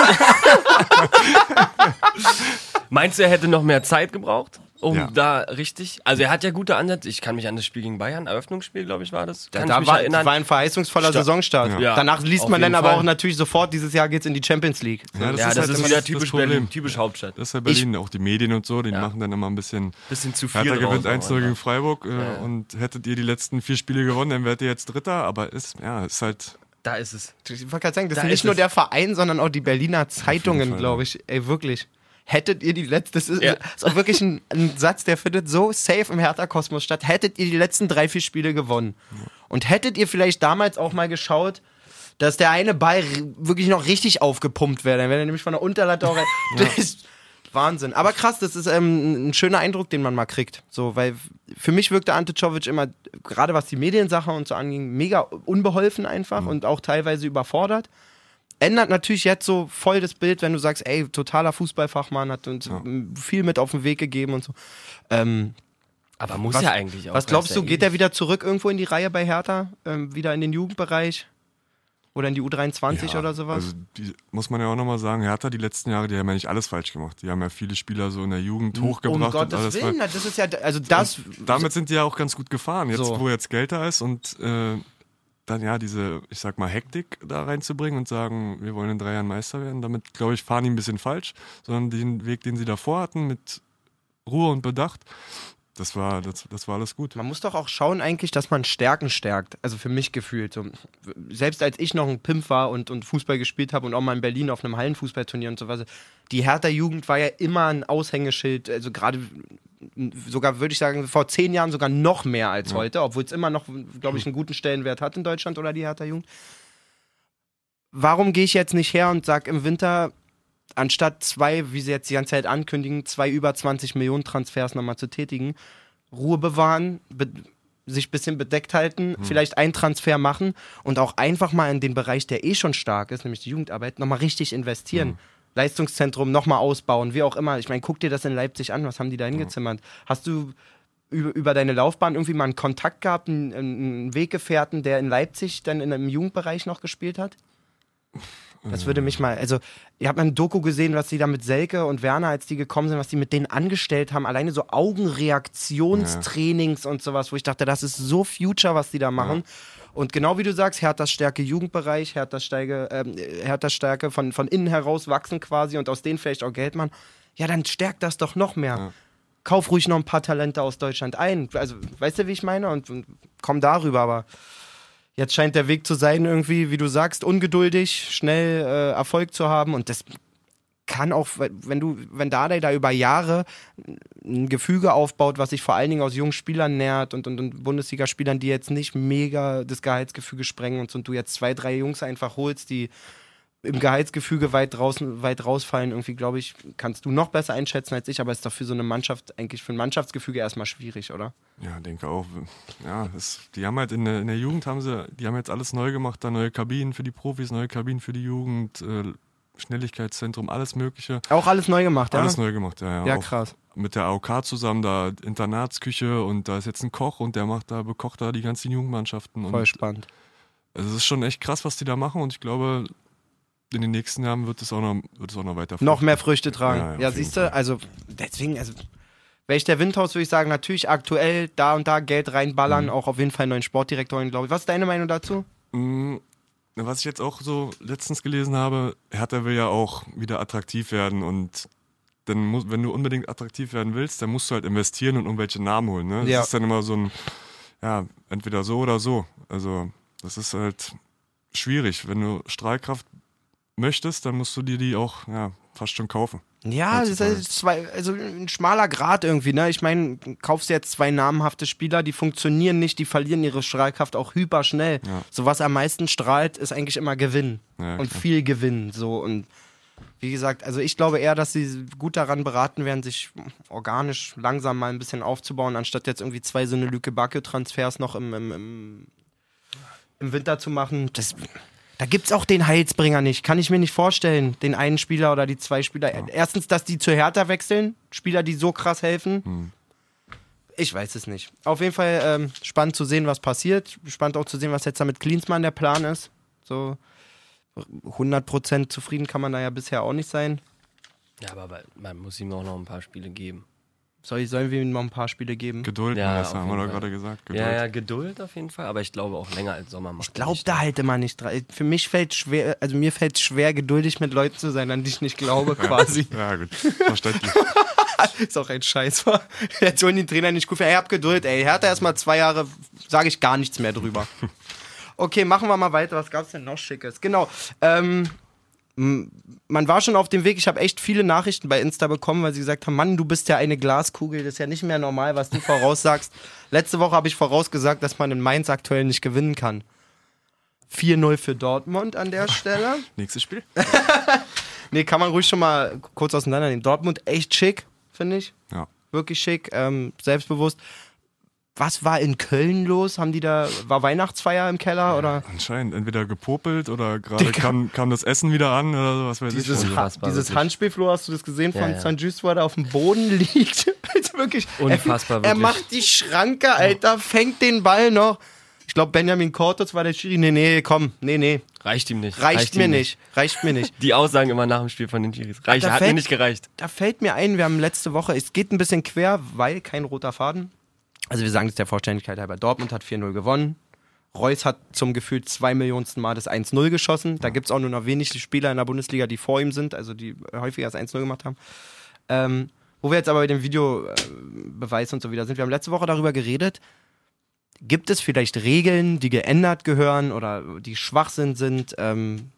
Meinst du, er hätte noch mehr Zeit gebraucht, um Ja. da richtig... Also er hat ja gute Ansätze. Ich kann mich an das Spiel gegen Bayern, Eröffnungsspiel, glaube ich, war das. Kann da ich mich war, erinnern. war ein verheißungsvoller Sta- Saisonstart. Ja. Ja, Danach liest auf man dann jeden aber Fall. auch natürlich sofort, dieses Jahr geht's in die Champions League. Ja, das ja, ist das halt ist immer wieder das typisch Problem. Berlin, typisch Hauptstadt. Das ist ja Berlin, auch die Medien und so, die Ja. machen dann immer ein bisschen. Bisschen zu viel Hertha draus gewinnt auch eins null gegen einfach. Freiburg äh, Ja. und hättet ihr die letzten vier Spiele gewonnen, dann wärt ihr jetzt Dritter, aber ist, ja, ist halt. Da ist es. Ich wollte gerade sagen, das Da ist nicht ist nur es. der Verein, sondern auch die Berliner Zeitungen, Fall, glaube ich. Ey, wirklich. Hättet ihr die letzten, das ist, Ja. ist auch wirklich ein, ein Satz, der findet so safe im Hertha-Kosmos statt. Hättet ihr die letzten drei, vier Spiele gewonnen und hättet ihr vielleicht damals auch mal geschaut, dass der eine Ball r- wirklich noch richtig aufgepumpt wäre, dann wäre er nämlich von der Unterlatte auch rein. Das ist Wahnsinn. Aber krass, das ist ähm, ein schöner Eindruck, den man mal kriegt. So, weil für mich wirkte Ante Czovic immer, gerade was die Mediensache und so anging, mega unbeholfen einfach und auch teilweise überfordert. Ändert natürlich jetzt so voll das Bild, wenn du sagst, ey, totaler Fußballfachmann, hat uns Ja. viel mit auf den Weg gegeben und so. Ähm, Aber muss was, ja eigentlich auch. Was glaubst du, ja geht er wieder zurück irgendwo in die Reihe bei Hertha? Ähm, wieder in den Jugendbereich? Oder in die U dreiundzwanzig Ja, oder sowas? Also die, muss man ja auch nochmal sagen, Hertha die letzten Jahre, die haben ja nicht alles falsch gemacht. Die haben ja viele Spieler so in der Jugend hochgebracht. Um Gottes und alles. Willen, das ist ja, also das... Und damit sind die ja auch ganz gut gefahren. Jetzt, So. wo jetzt Geld da ist und äh, dann ja diese, ich sag mal, Hektik da reinzubringen und sagen, wir wollen in drei Jahren Meister werden, damit, glaube ich, fahren die ein bisschen falsch, sondern den Weg, den sie davor hatten, mit Ruhe und Bedacht, das war, das, das war alles gut. Man muss doch auch schauen eigentlich, dass man Stärken stärkt. Also für mich gefühlt. So. Selbst als ich noch ein Pimp war und, und Fußball gespielt habe und auch mal in Berlin auf einem Hallenfußballturnier und so weiter, die Hertha-Jugend war ja immer ein Aushängeschild. Also gerade, sogar würde ich sagen, vor zehn Jahren sogar noch mehr als Ja. heute, obwohl es immer noch, glaube ich, einen guten Stellenwert hat in Deutschland oder die Hertha-Jugend. Warum gehe ich jetzt nicht her und sage im Winter, anstatt zwei, wie sie jetzt die ganze Zeit ankündigen, zwei über zwanzig Millionen Transfers nochmal zu tätigen, Ruhe bewahren, be- sich ein bisschen bedeckt halten, Hm. vielleicht einen Transfer machen und auch einfach mal in den Bereich, der eh schon stark ist, nämlich die Jugendarbeit, nochmal richtig investieren. Hm. Leistungszentrum nochmal ausbauen, wie auch immer. Ich meine, guck dir das in Leipzig an, was haben die da hingezimmert? Hast du über, über deine Laufbahn irgendwie mal einen Kontakt gehabt, einen, einen Weggefährten, der in Leipzig dann in einem Jugendbereich noch gespielt hat? Das würde mich mal, also, ihr habt mal ein Doku gesehen, was die da mit Selke und Werner, als die gekommen sind, was die mit denen angestellt haben, alleine so Augenreaktionstrainings und sowas, wo ich dachte, das ist so Future, was die da machen. Und genau wie du sagst, Herthas Stärke Jugendbereich, Herthas Stärke, ähm, Herthas Stärke von, von innen heraus wachsen quasi und aus denen vielleicht auch Geld machen, ja, dann stärkt das doch noch mehr. Ja. Kauf ruhig noch ein paar Talente aus Deutschland ein. Also, weißt du, wie ich meine? Und, und komm darüber, aber jetzt scheint der Weg zu sein, irgendwie, wie du sagst, ungeduldig, schnell äh, Erfolg zu haben. Und das kann auch, wenn du, wenn Dardai da über Jahre ein Gefüge aufbaut, was sich vor allen Dingen aus jungen Spielern nährt und, und, und Bundesligaspielern, die jetzt nicht mega das Gehaltsgefüge sprengen und, so, und du jetzt zwei, drei Jungs einfach holst, die im Gehaltsgefüge weit draußen, weit rausfallen, irgendwie, glaube ich, kannst du noch besser einschätzen als ich, aber ist doch für so eine Mannschaft, eigentlich für ein Mannschaftsgefüge erstmal schwierig, oder? Ja, denke auch. Ja, das, die haben halt in der, in der Jugend haben sie, die haben jetzt alles neu gemacht, da neue Kabinen für die Profis, neue Kabinen für die Jugend, äh, Schnelligkeitszentrum, alles Mögliche. Auch alles neu gemacht, ja? Alles neu gemacht, ja. Ja, Ja, auch krass. mit der A O K zusammen, da Internatsküche und da ist jetzt ein Koch und der macht da, bekocht da die ganzen Jugendmannschaften. Voll Und spannend. also es ist schon echt krass, was die da machen und ich glaube, in den nächsten Jahren wird es auch noch, wird es auch noch weiter Noch mehr Früchte tragen. Ja, Ja, ja, auf jeden siehst du, Fall. also deswegen, also wäre ich der Windhaus, würde ich sagen, natürlich aktuell da und da Geld reinballern, Mhm. auch auf jeden Fall einen neuen Sportdirektorin, glaube ich. Was ist deine Meinung dazu? Mm, Was ich jetzt auch so letztens gelesen habe, Hertha will ja auch wieder attraktiv werden und dann muss, wenn du unbedingt attraktiv werden willst, dann musst du halt investieren und irgendwelche Namen holen. Ne? Das Ja. ist dann immer so ein, ja, entweder so oder so. Also das ist halt schwierig. Wenn du Strahlkraft möchtest, dann musst du dir die auch ja, fast schon kaufen. Ja, das ist halt zwei, also ein schmaler Grat irgendwie, ne? Ich meine, kaufst jetzt zwei namhafte Spieler, die funktionieren nicht, die verlieren ihre Strahlkraft auch hyper schnell. Ja. So was am meisten strahlt, ist eigentlich immer Gewinn. Ja, und klar. viel Gewinn. So und wie gesagt, also ich glaube eher, dass sie gut daran beraten werden, sich organisch langsam mal ein bisschen aufzubauen, anstatt jetzt irgendwie zwei so eine Lüke-Backe-Transfers noch im, im, im, im Winter zu machen. Das, da gibt's auch den Heilsbringer nicht. Kann ich mir nicht vorstellen, den einen Spieler oder die zwei Spieler. Ja. Erstens, dass die zu Hertha wechseln, Spieler, die so krass helfen. Hm. Ich weiß es nicht. Auf jeden Fall ähm, spannend zu sehen, was passiert. Spannend auch zu sehen, was jetzt da mit Klinsmann der Plan ist. So hundert Prozent zufrieden kann man da ja bisher auch nicht sein. Ja, aber man muss ihm auch noch ein paar Spiele geben. Soll ich, sollen wir ihm noch ein paar Spiele geben? Geduld, Ja, Vanessa, auf haben wir jeden doch Fall. gerade gesagt. Geduld. Ja, ja, Geduld auf jeden Fall, aber ich glaube auch länger als Sommer macht. Ich glaube da halt immer nicht dran. Für mich fällt schwer, also mir fällt schwer, geduldig mit Leuten zu sein, an die ich nicht glaube, quasi. Ja, gut. Verständlich. Ist auch ein Scheiß. Jetzt holen die Trainer nicht gut. Ey, hab Geduld, ey. Hertha erstmal zwei Jahre, sage ich gar nichts mehr drüber. Okay, machen wir mal weiter. Was gab's denn noch Schickes? Genau. Ähm, m- man war schon auf dem Weg. Ich habe echt viele Nachrichten bei Insta bekommen, weil sie gesagt haben, Mann, du bist ja eine Glaskugel. Das ist ja nicht mehr normal, was du voraussagst. Letzte Woche habe ich vorausgesagt, dass man in Mainz aktuell nicht gewinnen kann. vier null für Dortmund an der Stelle. Nächstes Spiel? Nee, kann man ruhig schon mal kurz auseinandernehmen. Dortmund echt schick, finde ich. Ja. Wirklich schick, ähm, selbstbewusst. was war in Köln los? Haben die da, war Weihnachtsfeier im Keller oder? Anscheinend, entweder gepopelt oder gerade kam, kam das Essen wieder an oder so, was weiß ich. Dieses, Also, ha Unfassbar, dieses wirklich. Handspiel, Flo, hast du das gesehen Ja, von ja. Sanjus, wo er da auf dem Boden liegt? Also wirklich, Unfassbar, er, er wirklich. macht die Schranke, Alter, fängt den Ball noch. Ich glaube, Benjamin Kortos war der Schiri. Nee, nee, komm, nee, nee. Reicht ihm nicht. Reicht, mir ihm nicht. Reicht mir nicht. Die Aussagen immer nach dem Spiel von den Schiris. Reicht, Da hat fällt- mir nicht gereicht. Da fällt mir ein, wir haben letzte Woche, es geht ein bisschen quer, weil kein roter Faden. Also wir sagen es der Vollständigkeit halber, Dortmund hat vier null gewonnen. Reus hat zum Gefühl zwei Millionsten Mal das eins null geschossen. Da gibt es auch nur noch wenig Spieler in der Bundesliga, die vor ihm sind, also die häufiger das eins null gemacht haben. Ähm, wo wir jetzt aber bei dem Videobeweis und so wieder sind, wir haben letzte Woche darüber geredet, gibt es vielleicht Regeln, die geändert gehören oder die Schwachsinn sind? Ähm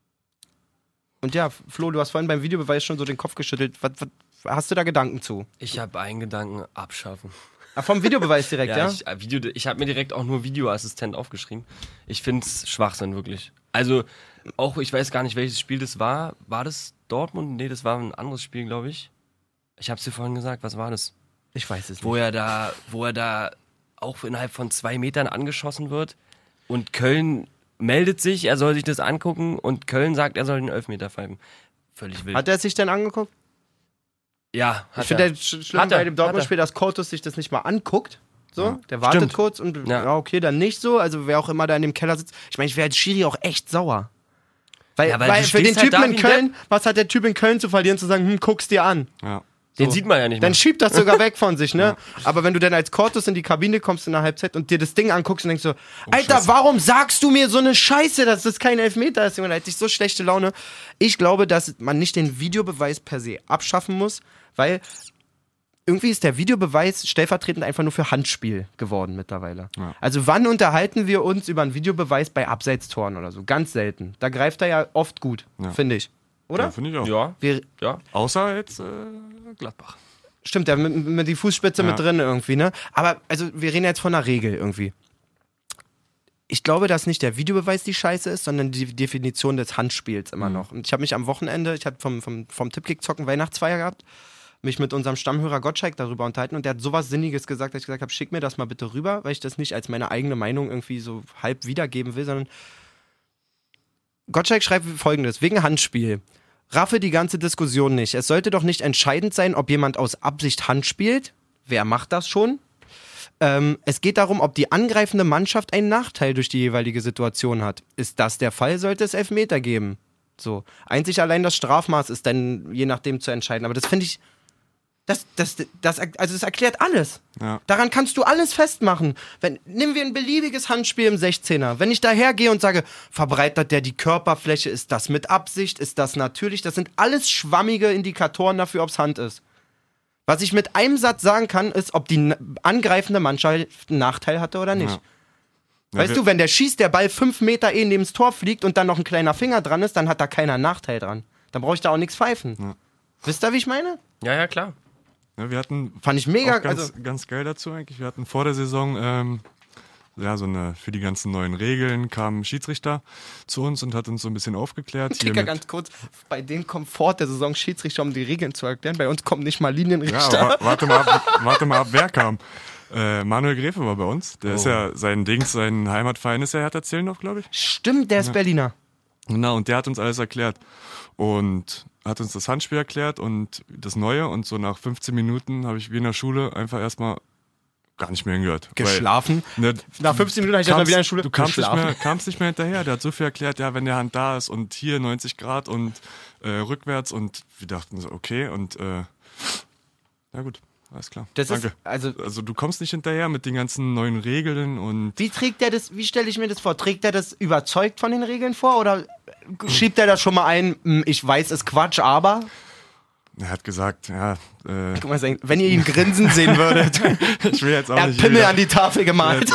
und ja, Flo, du hast vorhin beim Videobeweis schon so den Kopf geschüttelt. Was, was hast du da Gedanken zu? Ich habe einen Gedanken, abschaffen. Ah, vom Videobeweis direkt, ja? Ja, ich, äh, Video, ich habe mir direkt auch nur Videoassistent aufgeschrieben. Ich finde es Schwachsinn, wirklich. Also, auch, ich weiß gar nicht, welches Spiel das war. War das Dortmund? Nee, das war ein anderes Spiel, glaube ich. Ich habe es dir vorhin gesagt, was war das? Ich weiß es Wo nicht. er da, wo er da auch innerhalb von zwei Metern angeschossen wird und Köln meldet sich, er soll sich das angucken und Köln sagt, er soll den Elfmeter pfeifen. Völlig wild. Hat er es sich denn angeguckt? ja, hat Ich finde er. das sch- schlimm Hat er, bei dem hat Dortmund-Spiel, dass Kortus sich das nicht mal anguckt. So, Ja. der wartet Stimmt. kurz und ja. Ja. okay, dann nicht so. Also wer auch immer da in dem Keller sitzt. Ich meine, ich wäre als Schiri auch echt sauer. Weil, Ja, weil weil du für den stehst halt Typen da in wie ein Köln, was hat der Typ in Köln zu verlieren, zu sagen, hm, guck's dir an. ja. Den so. sieht man ja nicht mehr. Dann schiebt das sogar weg von sich, ne? Aber wenn du dann als Kortus in die Kabine kommst in der Halbzeit und dir das Ding anguckst und denkst so, Alter, Scheiße. warum sagst du mir so eine Scheiße, dass das kein Elfmeter ist? Junge, da hätte ich so schlechte Laune. Ich glaube, dass man nicht den Videobeweis per se abschaffen muss, weil irgendwie ist der Videobeweis stellvertretend einfach nur für Handspiel geworden mittlerweile. Ja. Also wann unterhalten wir uns über einen Videobeweis bei Abseitstoren oder so? Ganz selten. Da greift er ja oft gut, Ja. finde ich. Ja, Oder? finde ich auch. ja, Wir, ja. Außer jetzt äh, Gladbach. Stimmt, ja, mit, mit die Fußspitze Ja. mit drin irgendwie, ne? Aber, also, wir reden jetzt von einer Regel irgendwie. Ich glaube, dass nicht der Videobeweis die Scheiße ist, sondern die Definition des Handspiels immer noch. Und ich habe mich am Wochenende, ich habe vom, vom, vom Tippkick-Zocken Weihnachtsfeier gehabt, mich mit unserem Stammhörer Gottschalk darüber unterhalten und der hat sowas Sinniges gesagt, dass ich gesagt habe, schick mir das mal bitte rüber, weil ich das nicht als meine eigene Meinung irgendwie so halb wiedergeben will, sondern Gottschalk schreibt folgendes, wegen Handspiel. Raffe die ganze Diskussion nicht. Es sollte doch nicht entscheidend sein, ob jemand aus Absicht Hand spielt. Wer macht das schon? Ähm, es geht darum, ob die angreifende Mannschaft einen Nachteil durch die jeweilige Situation hat. Ist das der Fall, sollte es Elfmeter geben. So. Einzig allein das Strafmaß ist dann je nachdem zu entscheiden. Aber das finde ich, das, das, das, also das erklärt alles. Ja. Daran kannst du alles festmachen. Wenn, nehmen wir ein beliebiges Handspiel im sechzehner. Wenn ich dahergehe und sage, verbreitert der die Körperfläche, ist das mit Absicht, ist das natürlich, das sind alles schwammige Indikatoren dafür, ob es Hand ist. Was ich mit einem Satz sagen kann, ist, ob die n- angreifende Mannschaft einen Nachteil hatte oder nicht. Ja. Ja, Weißt wir- du, wenn der schießt, der Ball fünf Meter eh neben das Tor fliegt und dann noch ein kleiner Finger dran ist, dann hat da keiner einen Nachteil dran. Dann brauche ich da auch nichts pfeifen. Ja. Wisst ihr, wie ich meine? Ja, ja, klar. Ja, wir hatten Fand ich mega. auch ganz, Also, ganz geil dazu eigentlich. Wir hatten vor der Saison ähm, ja so eine für die ganzen neuen Regeln kam ein Schiedsrichter zu uns und hat uns so ein bisschen aufgeklärt. Hier Dicker, mit, ganz kurz, bei denen kommt vor der Saison Schiedsrichter, um die Regeln zu erklären. Bei uns kommen nicht mal ja, Linienrichter. aber wa- warte mal ab, warte mal ab, wer kam. Äh, Manuel Gräfe war bei uns. Der ist ja sein Dings, sein Heimatverein ist ja Hertha Zellendorf, glaube ich. Stimmt, der ist Berliner. Genau, und der hat uns alles erklärt. Und hat uns das Handspiel erklärt und das Neue. Und so nach fünfzehn Minuten habe ich wie in der Schule einfach erstmal gar nicht mehr hingehört. Geschlafen. Weil, ne, Nach fünfzehn Minuten habe ich erstmal kamst, wieder in der Schule du kamst nicht, geschlafen. mehr, kamst nicht mehr hinterher. Der hat so viel erklärt, ja, wenn der Hand da ist und hier neunzig Grad und äh, rückwärts. Und wir dachten so, okay. Und äh, na gut, alles klar. Das Danke. ist, also, Also du kommst nicht hinterher mit den ganzen neuen Regeln und wie trägt der das, wie stelle ich mir das vor? Trägt er das überzeugt von den Regeln vor oder schiebt er das schon mal ein, "Hm, ich weiß, ist Quatsch, aber, er hat gesagt, ja, äh, guck mal, sein- wenn ihr ihn grinsen sehen würdet, ich will jetzt auch er hat nicht Pimmel jeder- an die Tafel gemalt.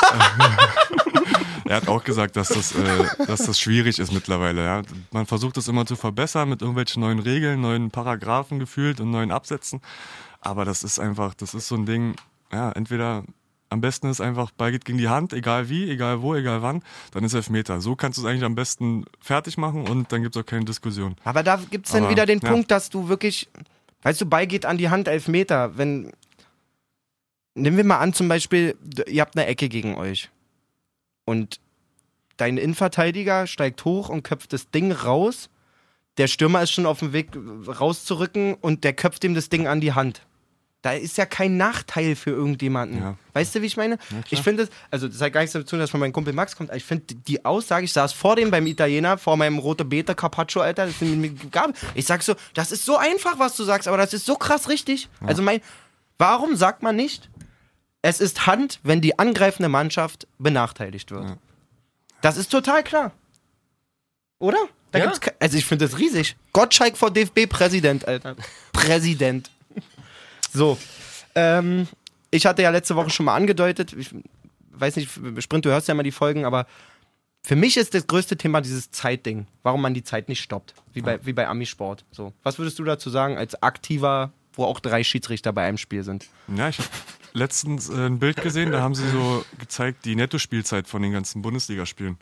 Er hat auch gesagt, dass das, äh, dass das schwierig ist mittlerweile. Ja. Man versucht das immer zu verbessern mit irgendwelchen neuen Regeln, neuen Paragraphen gefühlt und neuen Absätzen. Aber das ist einfach, das ist so ein Ding, ja, entweder am besten ist einfach, Ball geht gegen die Hand, egal wie, egal wo, egal wann, dann ist Elfmeter. So kannst du es eigentlich am besten fertig machen und dann gibt es auch keine Diskussion. Aber da gibt es dann Aber, wieder den ja. Punkt, dass du wirklich, weißt du, Ball geht an die Hand, Elfmeter, wenn, nehmen wir mal an, zum Beispiel, ihr habt eine Ecke gegen euch. Und dein Innenverteidiger steigt hoch und köpft das Ding raus. Der Stürmer ist schon auf dem Weg rauszurücken und der köpft ihm das Ding an die Hand. Da ist ja kein Nachteil für irgendjemanden. Ja. Weißt du, wie ich meine? Ich finde es, also das hat gar nichts damit zu tun, dass von meinem Kumpel Max kommt, aber ich finde die Aussage, ich saß vor dem beim Italiener, vor meinem rote Beta Carpaccio, Alter, das sind mir gab. Ich sag so, das ist so einfach, was du sagst, aber das ist so krass richtig. Ja. Also mein, warum sagt man nicht, es ist Hand, wenn die angreifende Mannschaft benachteiligt wird? Ja. Das ist total klar. Oder? Da Ja. gibt's ke- also ich finde das riesig. Gottschalk vor D F B-Präsident, Alter. Präsident. So. Ähm, ich hatte ja letzte Woche schon mal angedeutet, ich weiß nicht, Sprint, du hörst ja immer die Folgen, aber für mich ist das größte Thema dieses Zeitding. Warum man die Zeit nicht stoppt. Wie bei, wie bei Amisport. So. Was würdest du dazu sagen, als aktiver, wo auch drei Schiedsrichter bei einem Spiel sind? Ja, ich habe letztens äh, ein Bild gesehen, da haben sie so gezeigt, die Nettospielzeit von den ganzen Bundesligaspielen.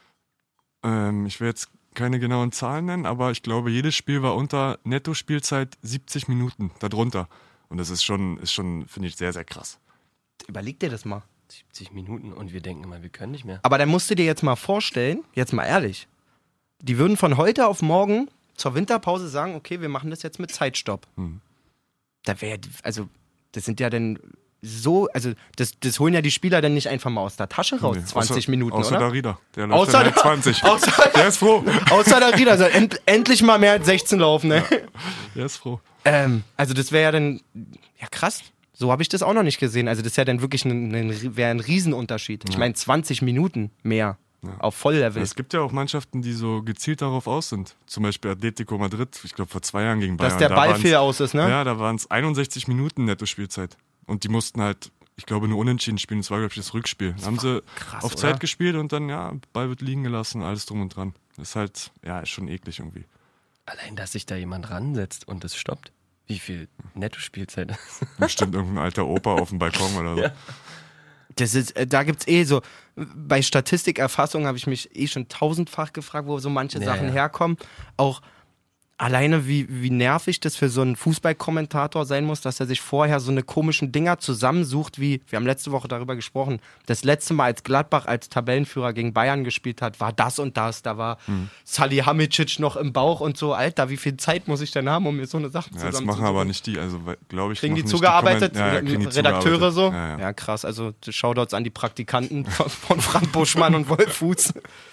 Ähm, ich will jetzt keine genauen Zahlen nennen, aber ich glaube, jedes Spiel war unter Nettospielzeit siebzig Minuten, darunter. Und das ist schon, ist schon, finde ich, sehr, sehr krass. Überleg dir das mal. siebzig Minuten und wir denken immer, wir können nicht mehr. Aber dann musst du dir jetzt mal vorstellen, jetzt mal ehrlich, die würden von heute auf morgen zur Winterpause sagen, okay, wir machen das jetzt mit Zeitstopp. Mhm. Da wäre, also, das sind ja dann so, also, das, das holen ja die Spieler dann nicht einfach mal aus der Tasche raus, Nee, zwanzig außer, Minuten, außer oder? der Rieder, der läuft Außer dann der- halt zwanzig. Außer, Der ist froh. außer der Rieder soll end, endlich mal mehr als sechzehn laufen, ne? Der ist froh. Ähm, also das wäre ja dann, ja krass, so habe ich das auch noch nicht gesehen. Also das ist ja dann wirklich ein, ein, wäre ein Riesenunterschied. Ich meine zwanzig Minuten mehr auf Volllevel. Es gibt ja auch Mannschaften, die so gezielt darauf aus sind. Zum Beispiel Atletico Madrid, ich glaube vor zwei Jahren gegen Bayern. Dass der Da Ball waren's- viel aus ist, ne? Ja, da waren es einundsechzig Minuten Netto-Spielzeit. Und die mussten halt, ich glaube, nur unentschieden spielen. Das war, glaube ich, das Rückspiel. Da haben sie krass, auf oder? Zeit gespielt und dann, ja, Ball wird liegen gelassen, alles drum und dran. Das ist halt, ja, ist schon eklig irgendwie. Allein, dass sich da jemand ransetzt und es stoppt. Wie viel Netto-Spielzeit ist? Bestimmt irgendein alter Opa auf dem Balkon oder so. Ja. Das ist, äh, da gibt's eh so, bei Statistikerfassung habe ich mich eh schon tausendfach gefragt, wo so manche Ja, Sachen ja. herkommen. Auch alleine, wie, wie nervig das für so einen Fußballkommentator sein muss, dass er sich vorher so eine komischen Dinger zusammensucht, wie, wir haben letzte Woche darüber gesprochen, das letzte Mal, als Gladbach als Tabellenführer gegen Bayern gespielt hat, war das und das, da war Hm. Salihamidzic noch im Bauch und so. Alter, wie viel Zeit muss ich denn haben, um mir so eine Sache Ja, zusammenzusuchen? das machen aber nicht die, also glaube ich. Kriegen die machen nicht zugearbeitet? Komment- ja, ja, kriegen die Redakteure zugearbeitet. so? Ja, ja. Ja, krass. Also Shoutouts an die Praktikanten von, von Frank Buschmann und Wolf Fuß.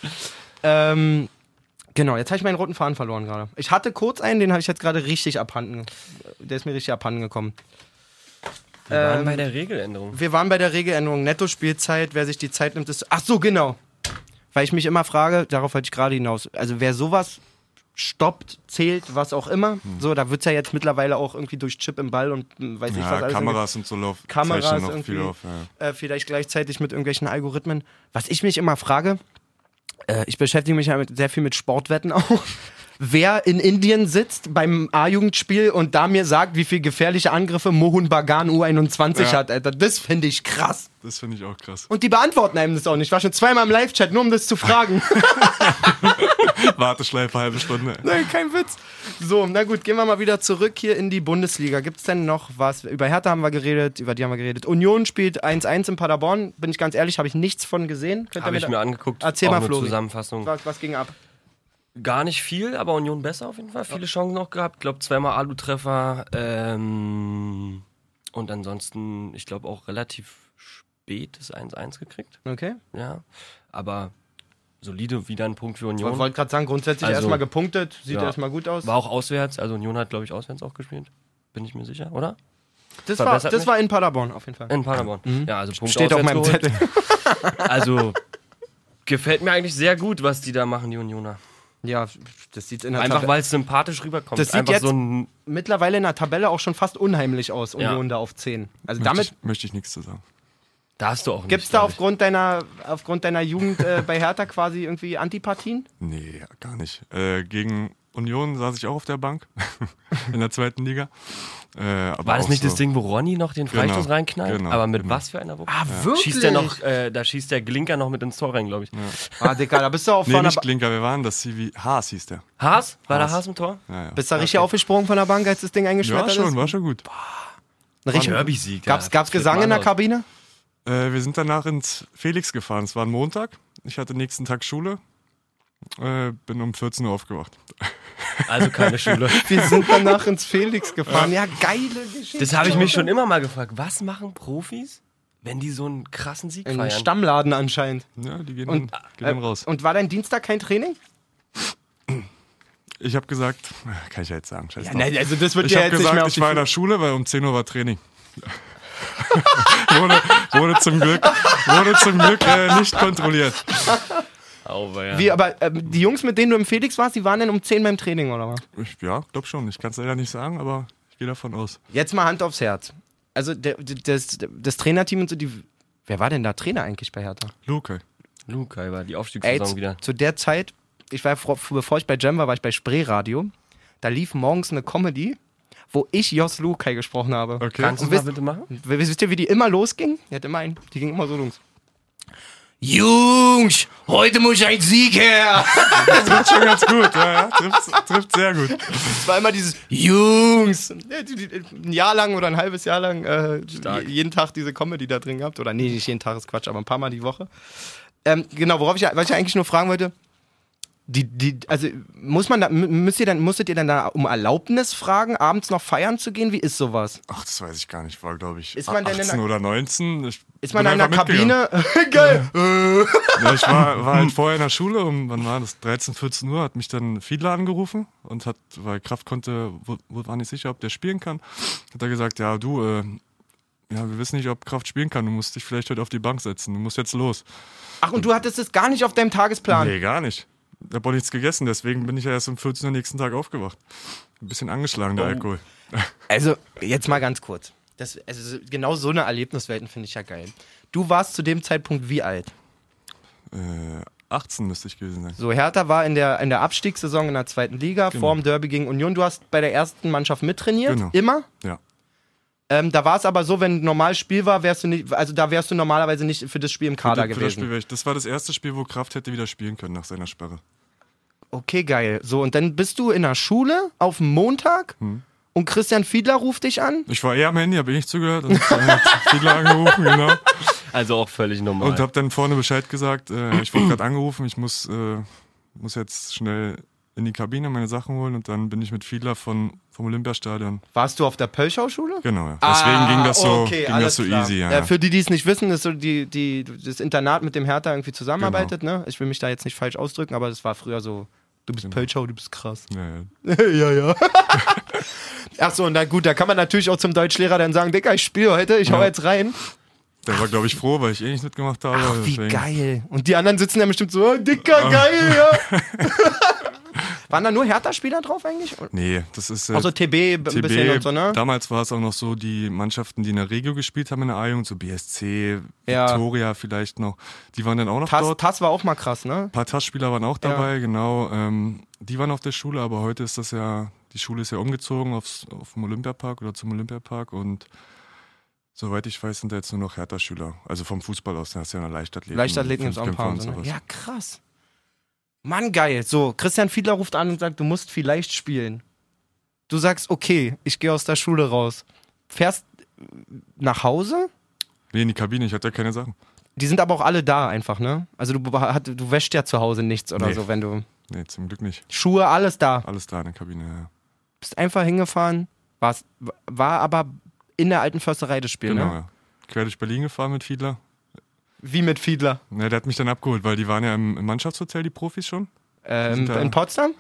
ähm, genau, jetzt habe ich meinen roten Faden verloren gerade. Ich hatte kurz einen, den habe ich jetzt gerade richtig abhanden. Der ist mir richtig abhanden gekommen. Wir waren Ähm, bei der Regeländerung. Wir waren bei der Regeländerung Netto-Spielzeit. Wer sich die Zeit nimmt, ist. Ach so, genau. Weil ich mich immer frage, darauf wollte ich gerade hinaus. Also wer sowas stoppt, zählt, was auch immer. Hm. So, da wird es ja jetzt mittlerweile auch irgendwie durch Chip im Ball und hm, weiß ich was Ja, alles. Kameras und so laufen. Kameras zeichnen noch irgendwie. viel auf. Ja. äh, vielleicht gleichzeitig mit irgendwelchen Algorithmen. Was ich mich immer frage, äh, ich beschäftige mich ja mit, sehr viel mit Sportwetten auch. Wer in Indien sitzt beim A-Jugendspiel und da mir sagt, wie viel gefährliche Angriffe Mohun Bagan U einundzwanzig Ja. hat, Alter, das finde ich krass. Das finde ich auch krass. Und die beantworten einem das auch nicht. Ich war schon zweimal im Live-Chat, nur um das zu fragen. Warteschleife, halbe Stunde. Nein, kein Witz. So, na gut, gehen wir mal wieder zurück hier in die Bundesliga. Gibt es denn noch was? Über Hertha haben wir geredet, über die haben wir geredet. Union spielt eins eins in Paderborn. Bin ich ganz ehrlich, habe ich nichts von gesehen. Könnt ihr Habe ich da- mir angeguckt. Erzähl auch mal, eine Flori. Zusammenfassung. was, was ging ab? Gar nicht viel, aber Union besser auf jeden Fall. Viele Chancen noch gehabt. Ich glaube, zweimal Alu-Treffer. Ähm, und ansonsten, ich glaube, auch relativ spät das eins eins gekriegt. Okay. Ja, aber solide, wieder ein Punkt für Ich Union. wollte gerade sagen, grundsätzlich Also, erstmal gepunktet. Sieht ja. erstmal gut aus. War auch auswärts, also Union hat, glaube ich, auswärts auch gespielt. Bin ich mir sicher, oder? Das, war, verbessert das mich. war in Paderborn auf jeden Fall. In Paderborn. Ja, also Punkt Steht auf auswärts meinem geholt. Zettel. Also, gefällt mir eigentlich sehr gut, was die da machen, die Unioner. Ja, das sieht in der Einfach, Tabelle weil es sympathisch rüberkommt. Das sieht Einfach jetzt- so ein mittlerweile in der Tabelle auch schon fast unheimlich aus, Union Ja. da auf zehn. Also Möchte damit ich, möchte ich nichts zu sagen. darfst du auch nicht. gibt es da glaub ich. aufgrund deiner, aufgrund deiner Jugend äh, bei Hertha quasi irgendwie Antipathien? Nee, gar nicht. Äh, gegen Union saß ich auch auf der Bank in der zweiten Liga. Äh, aber War das auch nicht so. das Ding, wo Ronny noch den Freistoß Genau, reinknallt? genau, Aber mit genau. was für einer Wucht? Ah, wirklich? Schießt der noch, äh, da schießt der Glinker noch mit ins Tor rein, glaube ich. Ah, Digga, da bist du auch Nee, von der nicht ba- Klinker, wir waren das. C V Haas hieß der. Haas? War der Haas. Haas im Tor? Ja, ja. bist du richtig aufgesprungen von der Bank, als das Ding Ja, eingeschmettert schon, ist? war schon gut. Ein richtig- Derby-Sieg. Gab's, ja, gab's flippt Gesang man in der aus. Kabine? Äh, wir sind danach ins Felix gefahren. Es war ein Montag. Ich hatte nächsten Tag Schule. Äh, bin um vierzehn Uhr aufgewacht. Also keine Schule. Wir sind danach ins Felix gefahren. Ja, geile Geschichte. Das habe ich mich schon immer mal gefragt. Was machen Profis, wenn die so einen krassen Sieg Ein feiern? Stammladen anscheinend. Ja, die gehen, Und, dann, gehen äh, dann raus. und war dein Dienstag kein Training? Ich habe gesagt, kann ich ja jetzt sagen, scheiß drauf. nein, also das wird Ich dir habe jetzt nicht mehr gesagt, auf ich die war in der Schule, weil um zehn Uhr war Training. wurde, wurde zum Glück, wurde zum Glück äh, nicht kontrolliert. Auweia. Wie, aber ähm, die Jungs, mit denen du im Felix warst, die waren dann um zehn beim Training, oder was? Ich, ja, glaub schon. Ich kann es leider nicht sagen, aber ich gehe davon aus. Jetzt mal Hand aufs Herz. Also der, das, das Trainerteam und so, die, wer war denn da Trainer eigentlich bei Hertha? Luke. Luca war die Ey, Aufstiegssaison zu, wieder. zu der Zeit, ich war, vor- bevor ich bei Jam war, war ich bei Spreeradio. Da lief morgens eine Comedy, wo ich Jos Lukai gesprochen habe. Okay. Kannst du Und mal wisst- bitte machen? W- Wisst ihr, wie die immer losging? Die hat immer einen, die ging immer so los. Jungs, heute muss ein Sieg her. Das trifft schon ganz gut. Ja, ja. Trifft, trifft sehr gut. Es war immer dieses Jungs. Ja, die- die- Ein Jahr lang oder ein halbes Jahr lang äh, Stark. jeden Tag diese Comedy da drin gehabt. Oder nee, nicht jeden Tag ist Quatsch, aber ein paar Mal die Woche. Ähm, genau, worauf ich, was ich eigentlich nur fragen wollte, die, die, also muss man da, müsst ihr dann, musstet ihr dann da um Erlaubnis fragen, abends noch feiern zu gehen? Wie ist sowas? Ach, das weiß ich gar nicht. War, glaube ich, Ist man denn in achtzehn der- oder neunzehn. Ich Ist man bin in einer einfach mitgegangen. Kabine? Geil. Ja, ich war, war halt vorher in der Schule, um, wann war das? dreizehn, vierzehn Uhr, hat mich dann Fiedler angerufen und hat, weil Kraft konnte, wo- wo- war nicht sicher, ob der spielen kann, hat er gesagt, ja, du, äh, ja, wir wissen nicht, ob Kraft spielen kann, du musst dich vielleicht heute auf die Bank setzen, du musst jetzt los. Ach, und du hattest es gar nicht auf deinem Tagesplan? Nee, gar nicht. Ich habe auch nichts gegessen, deswegen bin ich ja erst um vierzehn Uhr nächsten Tag aufgewacht. Ein bisschen angeschlagen, der Alkohol. Also, jetzt mal ganz kurz. Das, also, so- genau so eine Erlebniswelten finde ich ja geil. Du warst zu dem Zeitpunkt wie alt? Äh, achtzehn müsste ich gewesen sein. So, Hertha war in der, in der Abstiegssaison in der zweiten Liga, Genau. vor dem Derby gegen Union. Du hast bei der ersten Mannschaft mittrainiert, Genau. immer. Ja. Ähm, da war es aber so, wenn normal Spiel war, wärst du nicht, also da wärst du normalerweise nicht für das Spiel im Kader für, für das, gewesen. Spiel wäre ich, das war das erste Spiel, wo Kraft hätte wieder spielen können nach seiner Sperre. Okay, geil. So, und dann bist du in der Schule auf dem Montag Hm. und Christian Fiedler ruft dich an. Ich war eher am Handy, habe ich nicht zugehört und dann hat Fiedler angerufen, genau. Also auch völlig normal. Und habe dann vorne Bescheid gesagt, äh, ich wurde gerade angerufen, ich muss, äh, muss jetzt schnell in die Kabine meine Sachen holen und dann bin ich mit Fiedler von, vom Olympiastadion. Warst du auf der Pölschau-Schule? Genau, ja. Deswegen ging das so, Ah, okay, ging alles das so klar. easy. Ja, Äh, ja. für die, die es nicht wissen, ist so die, die, das Internat mit dem Hertha irgendwie zusammenarbeitet. Ne? Ich will mich da jetzt nicht falsch ausdrücken, aber das war früher so, du bist Genau. Pölschau, du bist krass. Ja, ja. ja, ja. Ach so, na gut, da kann man natürlich auch zum Deutschlehrer dann sagen, Dicker, ich spiele heute, ich hau Ja. jetzt rein. Der war, glaube ich, froh, weil ich eh nicht mitgemacht habe. Ach, wie deswegen- geil. Und die anderen sitzen ja bestimmt so, oh, Dicker, geil, ja. Waren da nur Hertha-Spieler drauf eigentlich? Nee, das ist. Äh, Also T B ein T B, bisschen und so, ne? Damals war es auch noch so, die Mannschaften, die in der Regio gespielt haben in der A-Jugend, so B S C, Ja. Victoria vielleicht noch, die waren dann auch noch Tass, dort. Tass war auch mal krass, ne? Ein paar Tassspieler waren auch dabei, genau. Ähm, die waren auf der Schule, aber heute ist das ja, die Schule ist ja umgezogen aufs, auf dem Olympiapark oder zum Olympiapark und soweit ich weiß, sind da jetzt nur noch Hertha-Schüler. Also vom Fußball aus, da hast du ja noch Leichtathleten. Leichtathleten gibt's auch ein Fünfkämpfer paar. und Und so, ne? sowas. Ja, krass. Mann, geil. So, Christian Fiedler ruft an und sagt, du musst vielleicht spielen. Du sagst, okay, ich gehe aus der Schule raus. Fährst nach Hause? Nee, in die Kabine, ich hatte ja keine Sachen. Die sind aber auch alle da einfach, ne? Also du, hat- du wäschst ja zu Hause nichts oder Nee. so, wenn du... Nee, zum Glück nicht. Schuhe, alles da. Alles da in der Kabine, ja. Bist einfach hingefahren, warst, war aber in der alten Försterei das Spiel, Genau, ne? ja. Quer durch Berlin gefahren mit Fiedler. Wie mit Fiedler. Ja, der hat mich dann abgeholt, weil die waren ja im, im Mannschaftshotel, die Profis schon. Ähm, Sind da- in Potsdam?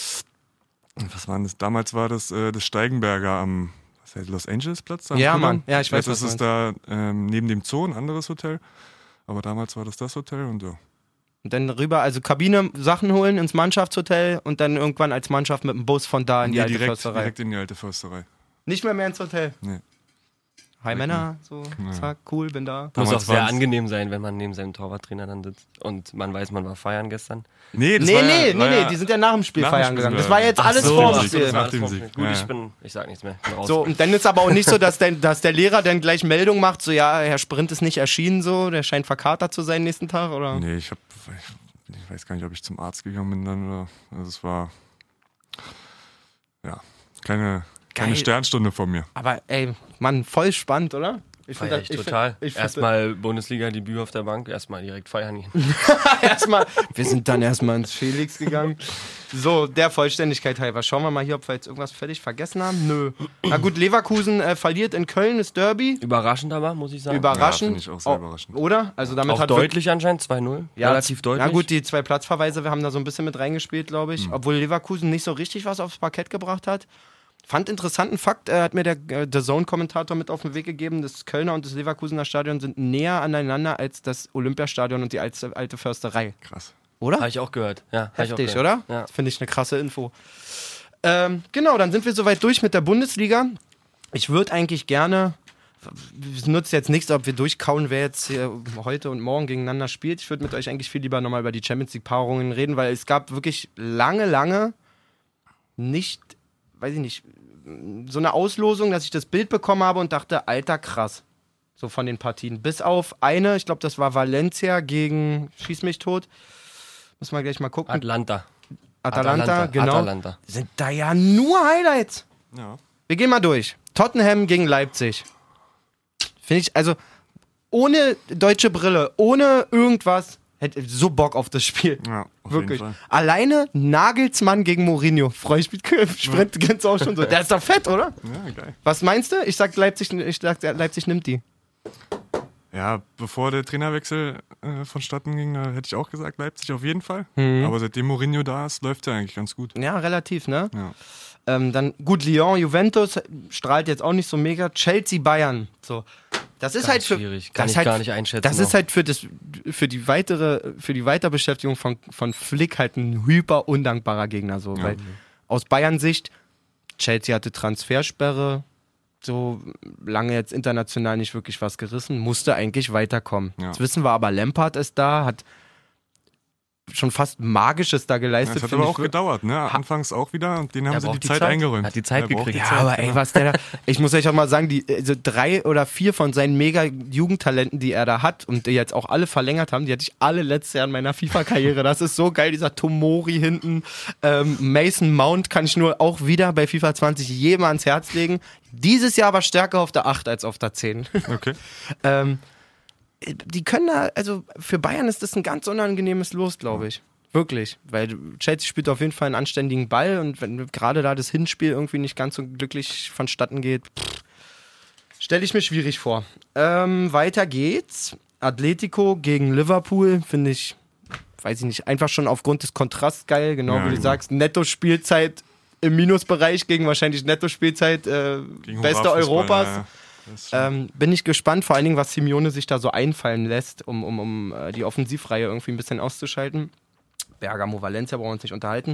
Was war das? Damals war das äh, das Steigenberger am was heißt, Los Angeles Platz. da am Ja, Kudamm. Mann. Ja, ich weiß, Jetzt was ist du es da ähm, neben dem Zoo ein anderes Hotel. Aber damals war das das Hotel und ja. Und dann rüber, also Kabine, Sachen holen ins Mannschaftshotel und dann irgendwann als Mannschaft mit dem Bus von da in die Nee, alte direkt, Försterei. direkt in die alte Försterei. Nicht mehr mehr ins Hotel. Nee. Hi Männer, so, zack, cool, bin da. Muss Damals auch sehr waren's- angenehm sein, wenn man neben seinem Torwarttrainer dann sitzt und man weiß, man war feiern gestern. Nee, das Nee, war nee, ja, nee, war nee, ja, die sind ja nach dem Spiel nach dem feiern Spiel gegangen. sind Das wir- war jetzt Ach alles so, vor das dem ist Spiel. nach Nach dem dem Sieg. Sieg. Gut, Ja, ich ja. bin, ich sag nichts mehr. Bin raus. So, und dann ist aber auch nicht so, dass der, dass der Lehrer dann gleich Meldung macht, so, ja, Herr Sprint ist nicht erschienen, so, der scheint verkatert zu sein nächsten Tag, oder? Nee, ich hab, ich, ich weiß gar nicht, ob ich zum Arzt gegangen bin dann oder. Also es war ja keine, Eine Sternstunde von mir. Aber ey, Mann, voll spannend, oder? Ich Feier find ich das- ich total. find- ich find Erstmal Bundesliga-Debüt auf der Bank, erstmal direkt feiern gehen. erstmal, wir sind dann erstmal ins Felix gegangen. So, der Vollständigkeit halber. Schauen wir mal hier, ob wir jetzt irgendwas völlig vergessen haben. Nö. Na gut, Leverkusen äh, verliert in Köln, ist Derby. Überraschend aber, muss ich sagen. Überraschend. Ja, finde ich auch sehr Oh, überraschend. Oder? Also damit Auch hat deutlich anscheinend, zwei null. Ja, Relativ deutlich. Na gut, die zwei Platzverweise, wir haben da so ein bisschen mit reingespielt, glaube ich. Obwohl Leverkusen nicht so richtig was aufs Parkett gebracht hat. Fand interessanten Fakt, äh, hat mir der äh, The Zone-Kommentator mit auf den Weg gegeben, das Kölner und das Leverkusener Stadion sind näher aneinander als das Olympiastadion und die alte, alte Försterei. Krass. Oder? Habe ich auch gehört. Ja, hab ich auch Heftig, gehört. oder? Ja. Das finde ich eine krasse Info. Ähm, genau, dann sind wir soweit durch mit der Bundesliga. Ich würde eigentlich gerne, es nutzt jetzt nichts, ob wir durchkauen, wer jetzt hier heute und morgen gegeneinander spielt. Ich würde mit euch eigentlich viel lieber nochmal über die Champions League-Paarungen reden, weil es gab wirklich lange, lange nicht, weiß ich nicht, so eine Auslosung, dass ich das Bild bekommen habe und dachte, alter, krass. So von den Partien. Bis auf eine, ich glaube, das war Valencia gegen Schieß mich tot. Müssen wir gleich mal gucken. Atlanta. Atalanta, Atalanta, genau. Atalanta. Sind da ja nur Highlights. Ja. Wir gehen mal durch. Tottenham gegen Leipzig. Finde ich, also ohne deutsche Brille, ohne irgendwas, hätte ich so Bock auf das Spiel. Ja, auf Wirklich. jeden Fall. Alleine Nagelsmann gegen Mourinho. Freue ich mich, Sprint geht's auch schon so. Der ist doch fett, oder? Ja, geil. Was meinst du? Ich sag Leipzig, ich sag, Leipzig nimmt die. Ja, bevor der Trainerwechsel äh, vonstatten ging, da hätte ich auch gesagt, Leipzig auf jeden Fall. Mhm. Aber seitdem Mourinho da ist, läuft er eigentlich ganz gut. Ja, relativ, ne? Ja. Ähm, dann gut, Lyon, Juventus strahlt jetzt auch nicht so mega. Chelsea, Bayern. So. Das ist Ganz halt für, schwierig. Kann das ich halt, gar nicht einschätzen Das noch. ist halt für, das, für die weitere, für die Weiterbeschäftigung von, von Flick halt ein hyper undankbarer Gegner. So. Ja. Weil aus Bayern-Sicht, Chelsea hatte Transfersperre, so lange jetzt international nicht wirklich was gerissen, musste eigentlich weiterkommen. Ja. Jetzt wissen wir aber, Lampard ist da, hat schon fast Magisches da Ja, geleistet. das hat finde aber ich. auch gedauert, ne? Anfangs auch wieder und denen haben Er sie die braucht die Zeit, Zeit. eingeräumt. Hat die Zeit Er braucht gekriegt. die Ja, Zeit, aber ey, genau. was der da. Ich muss euch auch mal sagen, die also drei oder vier von seinen mega Jugendtalenten, die er da hat und die jetzt auch alle verlängert haben, die hatte ich alle letztes Jahr in meiner FIFA-Karriere. Das ist so geil, dieser Tomori hinten. Ähm, Mason Mount kann ich nur auch wieder bei FIFA zwanzig jedem ans Herz legen. Dieses Jahr aber stärker auf der acht als auf der zehn. Okay. ähm, die können da, also für Bayern ist das ein ganz unangenehmes Los, glaube ich. Wirklich, weil Chelsea spielt auf jeden Fall einen anständigen Ball und wenn gerade da das Hinspiel irgendwie nicht ganz so glücklich vonstatten geht, stelle ich mir schwierig vor. Ähm, weiter geht's. Atletico gegen Liverpool, finde ich, weiß ich nicht, einfach schon aufgrund des Kontrasts geil, genau Ja, wie du genau. sagst, Netto-Spielzeit im Minusbereich gegen wahrscheinlich Netto-Spielzeit äh, Gegen beste Hurra-Fußball, Europas. ja, ja. Das ist schon- Ähm, bin ich gespannt, vor allen Dingen, was Simeone sich da so einfallen lässt, um, um, um äh, die Offensivreihe irgendwie ein bisschen auszuschalten. Bergamo Valencia brauchen wir uns nicht unterhalten.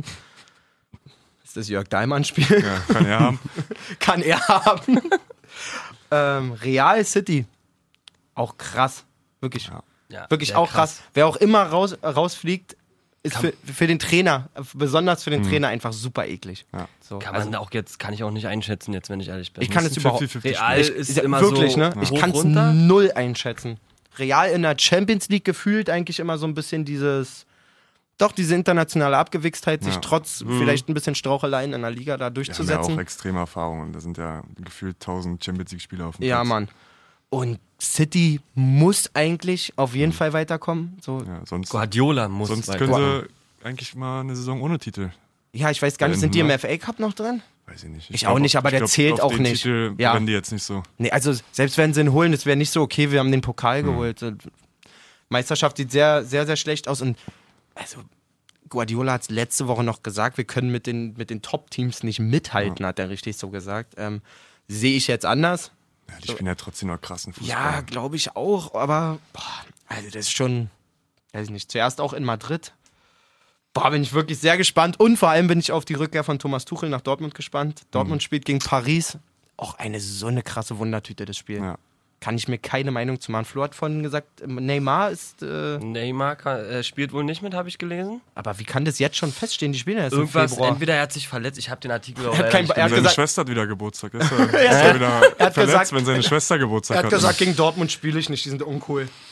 Ist das Jörg Dahlmann-Spiel? ja, kann er haben. Kann er haben. ähm, Real City. Auch krass. Wirklich. Ja. Ja, Wirklich sehr auch krass. Wer auch immer raus, rausfliegt, ist für, für den Trainer, besonders für den Trainer, einfach super eklig. Ja. So, Kann also, man auch jetzt, kann ich auch nicht einschätzen jetzt, wenn ich ehrlich bin. ich kann Das es ist ein überhaupt fünfzig fünfzig Real Spiel. ist Ja, immer wirklich, so ne? hoch Ich kann es runter. null einschätzen. Real in der Champions League gefühlt eigentlich immer so ein bisschen dieses, doch diese internationale Abgewichstheit, sich Ja. trotz vielleicht ein bisschen Straucheleien in der Liga da Die haben ja durchzusetzen. auch extreme Erfahrungen. Da sind ja gefühlt tausend Champions League Spieler auf dem Ja, Platz. Mann. Und City muss eigentlich auf jeden Fall weiterkommen. So, Ja, sonst Guardiola muss sonst weiter. können sie eigentlich mal eine Saison ohne Titel. ja, ich weiß gar nicht, Ja, sind die im ne? F A Cup noch drin? Weiß ich nicht. Ich auch nicht, aber der glaub, zählt auf auch den nicht. Titel Ja. brennen die jetzt nicht so. Nee, also selbst wenn sie ihn holen, es wäre nicht so, okay, wir haben den Pokal geholt. Meisterschaft sieht sehr, sehr, sehr schlecht aus. Und also Guardiola hat es letzte Woche noch gesagt, wir können mit den, mit den Top-Teams nicht mithalten, hat er richtig so gesagt. Ähm, sehe ich jetzt anders. Ja, die spielen ja trotzdem noch krassen Fußball. Ja, glaube ich auch, aber boah, also das ist schon, weiß ich nicht, zuerst auch in Madrid. Boah, bin ich wirklich sehr gespannt und vor allem bin ich auf die Rückkehr von Thomas Tuchel nach Dortmund gespannt. Dortmund spielt gegen Paris. Auch eine so eine krasse Wundertüte, das Spiel. Ja. Kann ich mir keine Meinung zu machen. Flo hat vorhin gesagt, Neymar ist, äh, Neymar kann, äh, spielt wohl nicht mit, habe ich gelesen. aber wie kann das jetzt schon feststehen? Die spielen ja erst im Irgendwas, Februar. entweder er hat sich verletzt, ich habe den Artikel auch hat leider kein- nicht er hat Seine gesagt- Schwester hat wieder Geburtstag. Ist er, ist er wieder hat verletzt, gesagt- wenn seine Schwester Geburtstag Er hat hat. gesagt, gegen Dortmund spiele ich nicht, die sind uncool.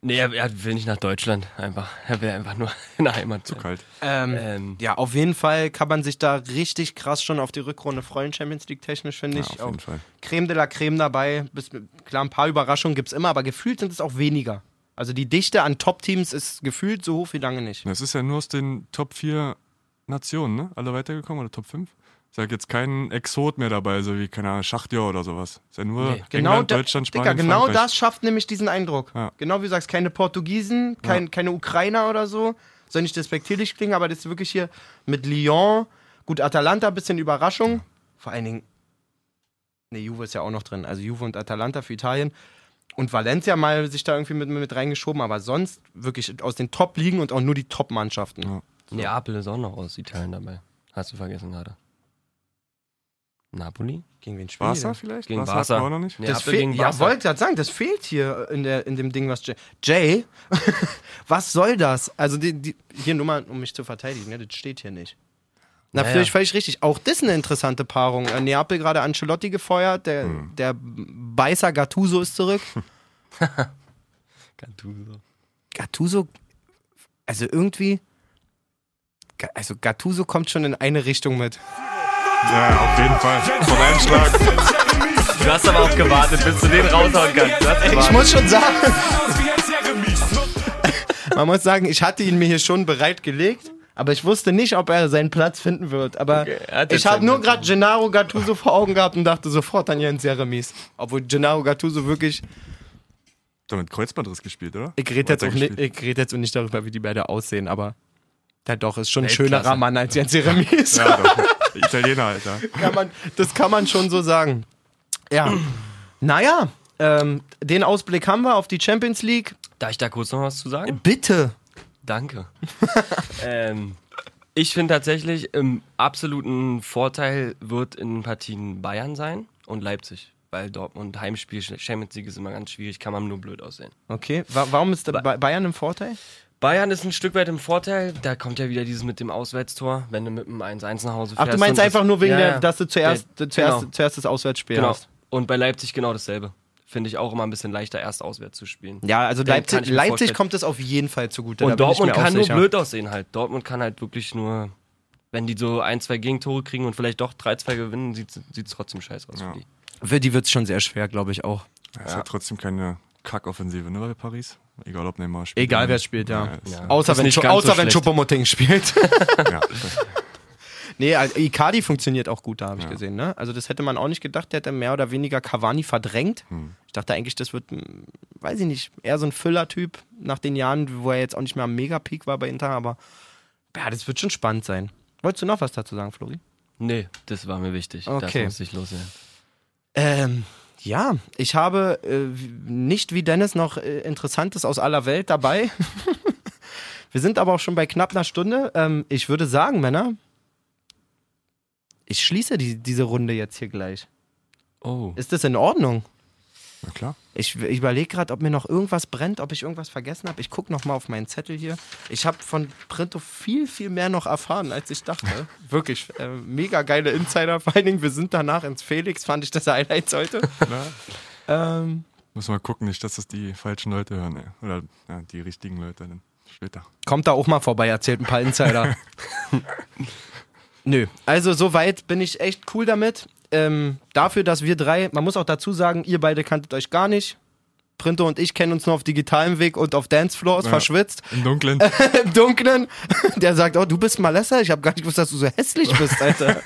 Nee, er, er will nicht nach Deutschland. Einfach. Er will einfach nur in der Heimat Zu sein. kalt. Ähm, Ähm, ja, auf jeden Fall kann man sich da richtig krass schon auf die Rückrunde freuen, Champions League technisch, finde Ja, ich. auf jeden Fall. Creme de la Creme dabei. Bis, klar, ein paar Überraschungen gibt es immer, aber gefühlt sind es auch weniger. Also die Dichte an Top-Teams ist gefühlt so hoch wie lange nicht. Es ist ja nur aus den Top vier Nationen, ne? Alle weitergekommen oder Top fünf? Ich sag jetzt kein Exot mehr dabei, so wie, keine Ahnung, Schachtjör oder sowas. Ist ja nur Nee. Genau, England, da, Deutschland, Digga, Spanien, genau Frankreich. das schafft nämlich diesen Eindruck. Ja. Genau wie du sagst, keine Portugiesen, kein, Ja. keine Ukrainer oder so. Soll nicht despektierlich klingen, aber das ist wirklich hier mit Lyon, gut, Atalanta, bisschen Überraschung. Vor allen Dingen, ne, Juve ist ja auch noch drin. Also Juve und Atalanta für Italien. Und Valencia mal sich da irgendwie mit, mit reingeschoben, aber sonst wirklich aus den Top-Ligen und auch nur die Top-Mannschaften. Ja. Neapel ist auch noch aus Italien dabei. Hast du vergessen gerade. Napoli? Gegen wen spielen die Barca denn? vielleicht? Gegen Barca Barca. hatten wir auch noch nicht? Das Neapel fehlt, gegen ja, Barca. wollte gerade sagen, das fehlt hier in, der, in dem Ding, was Jay. Jay, was soll das? Also, die, die, hier nur mal, um mich zu verteidigen, ne, das steht hier nicht. Na, Naja. völlig, völlig richtig. Auch das ist eine interessante Paarung. Äh, Neapel gerade Ancelotti gefeuert, der, Hm. der Beißer Gattuso ist zurück. Gattuso. Gattuso, also irgendwie, Ga- also Gattuso kommt schon in eine Richtung mit. Ja, auf jeden Fall. Von einem Schlag. Du hast aber auch gewartet, bis du den raushauen kannst. Du hast Ich gewartet. muss schon sagen, man muss sagen, ich hatte ihn mir hier schon bereitgelegt, aber ich wusste nicht, ob er seinen Platz finden wird. Aber Okay, er hat jetzt ich habe seinen nur Platz. gerade Gennaro Gattuso vor Augen gehabt und dachte sofort an Jens Jeremies. Obwohl Gennaro Gattuso wirklich, Du hast mit Kreuzbandriss gespielt, oder? ich rede jetzt, auch nicht- Weitergespielt. ich red jetzt auch nicht darüber, wie die beide aussehen, aber ja doch, ist schon ein Weltklasse. schönerer Mann als Jens Jeremies. Ja, doch. Italiener, Alter. kann man, das kann man schon so sagen. Ja, naja, ähm, den Ausblick haben wir auf die Champions League. Darf ich da kurz noch was zu sagen? Bitte. Danke. ähm, ich finde tatsächlich, im absoluten Vorteil wird in Partien Bayern sein und Leipzig. Weil Dortmund Heimspiel, Champions League ist immer ganz schwierig, kann man nur blöd aussehen. Okay, wa- warum ist der Ba- Bayern im Vorteil? Bayern ist ein Stück weit im Vorteil, da kommt ja wieder dieses mit dem Auswärtstor, wenn du mit dem eins eins nach Hause fährst. Ach, du meinst und das- einfach nur wegen Ja, der, ja. dass du zuerst, Der- zuerst, genau. zuerst das Auswärtsspiel Genau. hast. Und bei Leipzig genau dasselbe. Finde ich auch immer ein bisschen leichter, erst auswärts zu spielen. Ja, also Dann kann Leipzig, ich mir Leipzig vorstellen- kommt es auf jeden Fall zugute. da Und bin ich Dortmund mir auch kann nur sicher. blöd aussehen halt. Dortmund kann halt wirklich nur, wenn die so ein, zwei Gegentore kriegen und vielleicht doch drei zwei gewinnen, sieht es trotzdem scheiße aus Ja. für die. Für die wird es schon sehr schwer, glaube ich auch. Es ist ja trotzdem keine Kackoffensive, ne, bei Paris? Egal, ob Neymar spielt. Egal, oder wer nicht. spielt, ja. ist- Ja. Außer Ist wenn, nicht Schu- ganz so außer wenn schlecht. Choupo-Moting spielt. ja. Nee, also Icardi funktioniert auch gut, da habe ich Ja. gesehen. Ne? Also das hätte man auch nicht gedacht, der hätte mehr oder weniger Cavani verdrängt. Hm. Ich dachte eigentlich, das wird, hm, weiß ich nicht, eher so ein Füller-Typ nach den Jahren, wo er jetzt auch nicht mehr am Megapeak war bei Inter, aber ja, das wird schon spannend sein. Wolltest du noch was dazu sagen, Flori? Nee, das war mir wichtig. Okay. Das muss ich loswerden. Ähm, ja, ich habe äh, nicht wie Dennis noch äh, Interessantes aus aller Welt dabei. Wir sind aber auch schon bei knapp einer Stunde. Ähm, ich würde sagen, Männer, ich schließe die, diese Runde jetzt hier gleich. Oh. Ist das in Ordnung? Na klar. Ich, ich überlege gerade, ob mir noch irgendwas brennt, ob ich irgendwas vergessen habe. Ich gucke noch mal auf meinen Zettel hier. Ich habe von Printo viel, viel mehr noch erfahren, als ich dachte. Wirklich, äh, mega geile Insider. Vor allen Dingen, wir sind danach ins Felix, fand ich das Highlight heute. ähm, Muss mal gucken, nicht, dass das die falschen Leute hören, ey. Oder ja, die richtigen Leute dann später. kommt da auch mal vorbei, erzählt ein paar Insider. Nö, also soweit bin ich echt cool damit. Ähm, dafür, dass wir drei, man muss auch dazu sagen, ihr beide kanntet euch gar nicht. Printo und ich kennen uns nur auf digitalem Weg und auf Dancefloors, Ja. verschwitzt. Im Dunkeln. Im Dunkeln. Der sagt, oh, du bist Malessa? Ich habe gar nicht gewusst, dass du so hässlich bist, Alter.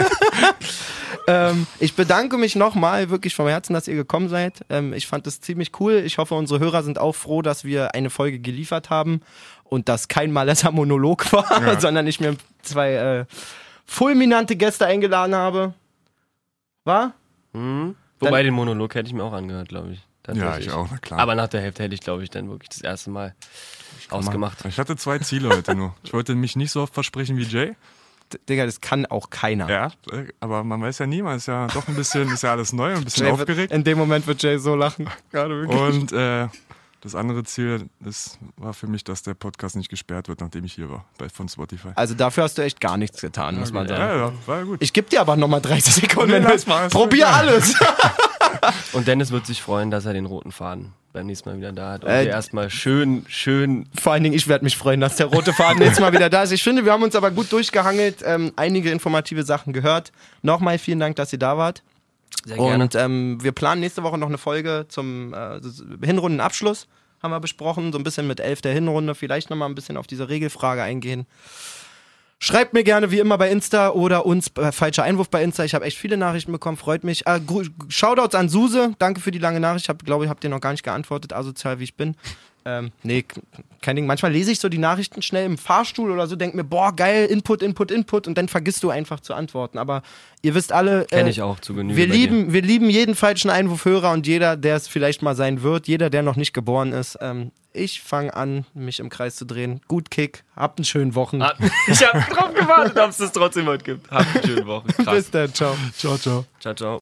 ähm, ich bedanke mich nochmal wirklich vom Herzen, dass ihr gekommen seid. Ähm, ich fand das ziemlich cool. Ich hoffe, unsere Hörer sind auch froh, dass wir eine Folge geliefert haben und dass kein Malessa-Monolog war, Ja. sondern ich mir zwei äh, fulminante Gäste eingeladen habe. War? Hm? Wobei den Monolog hätte ich mir auch angehört, glaube ich. Ja, Tatsächlich. ich auch, na klar. Aber nach der Hälfte hätte ich, glaube ich, dann wirklich das erste Mal ausgemacht. Ich hatte zwei Ziele heute nur. Ich wollte mich nicht so oft versprechen wie Jay. D- Digga, das kann auch keiner. Ja, äh, aber man weiß ja nie, man ist ja doch ein bisschen, ist ja alles neu und ein bisschen Jay wird, aufgeregt. in dem Moment wird Jay so lachen. Gerade wirklich. Und äh, das andere Ziel, das war für mich, dass der Podcast nicht gesperrt wird, nachdem ich hier war, bei, von Spotify. Also dafür hast du echt gar nichts getan, muss man sagen. Ja, ja, war gut. Ich gebe dir aber nochmal dreißig Sekunden. Nee, wenn du lass willst. mal, ist Probier gut. alles. Und Dennis wird sich freuen, dass er den roten Faden beim nächsten Mal wieder da hat. Und Äh, wir erstmal schön, schön. Vor allen Dingen, ich werde mich freuen, dass der rote Faden jetzt mal wieder da ist. Ich finde, wir haben uns aber gut durchgehangelt, ähm, einige informative Sachen gehört. Nochmal vielen Dank, dass ihr da wart. Sehr gerne. Und ähm, wir planen nächste Woche noch eine Folge zum äh, Hinrundenabschluss, haben wir besprochen. So ein bisschen mit elf der Hinrunde, vielleicht nochmal ein bisschen auf diese Regelfrage eingehen. Schreibt mir gerne wie immer bei Insta oder uns, äh, falscher Einwurf bei Insta. Ich habe echt viele Nachrichten bekommen, freut mich. Äh, gru- Shoutouts an Suse, danke für die lange Nachricht. Ich glaube, ich habe dir noch gar nicht geantwortet, asozial wie ich bin. Ähm, nee, kein Ding. Manchmal lese ich so die Nachrichten schnell im Fahrstuhl oder so, denke mir, boah, geil, Input, Input, Input und dann vergisst du einfach zu antworten. Aber ihr wisst alle, Kenn äh, ich auch zu Genüge wir bei dir. lieben, wir lieben jeden falschen Einwurfhörer und jeder, der es vielleicht mal sein wird, jeder, der noch nicht geboren ist. Ähm, ich fange an, mich im Kreis zu drehen. Gut Kick, habt einen schönen Wochen. Ah, ich habe drauf gewartet, ob es das trotzdem heute gibt. Habt eine schöne Woche. Krass. Bis dann, ciao. Ciao, ciao. Ciao, ciao.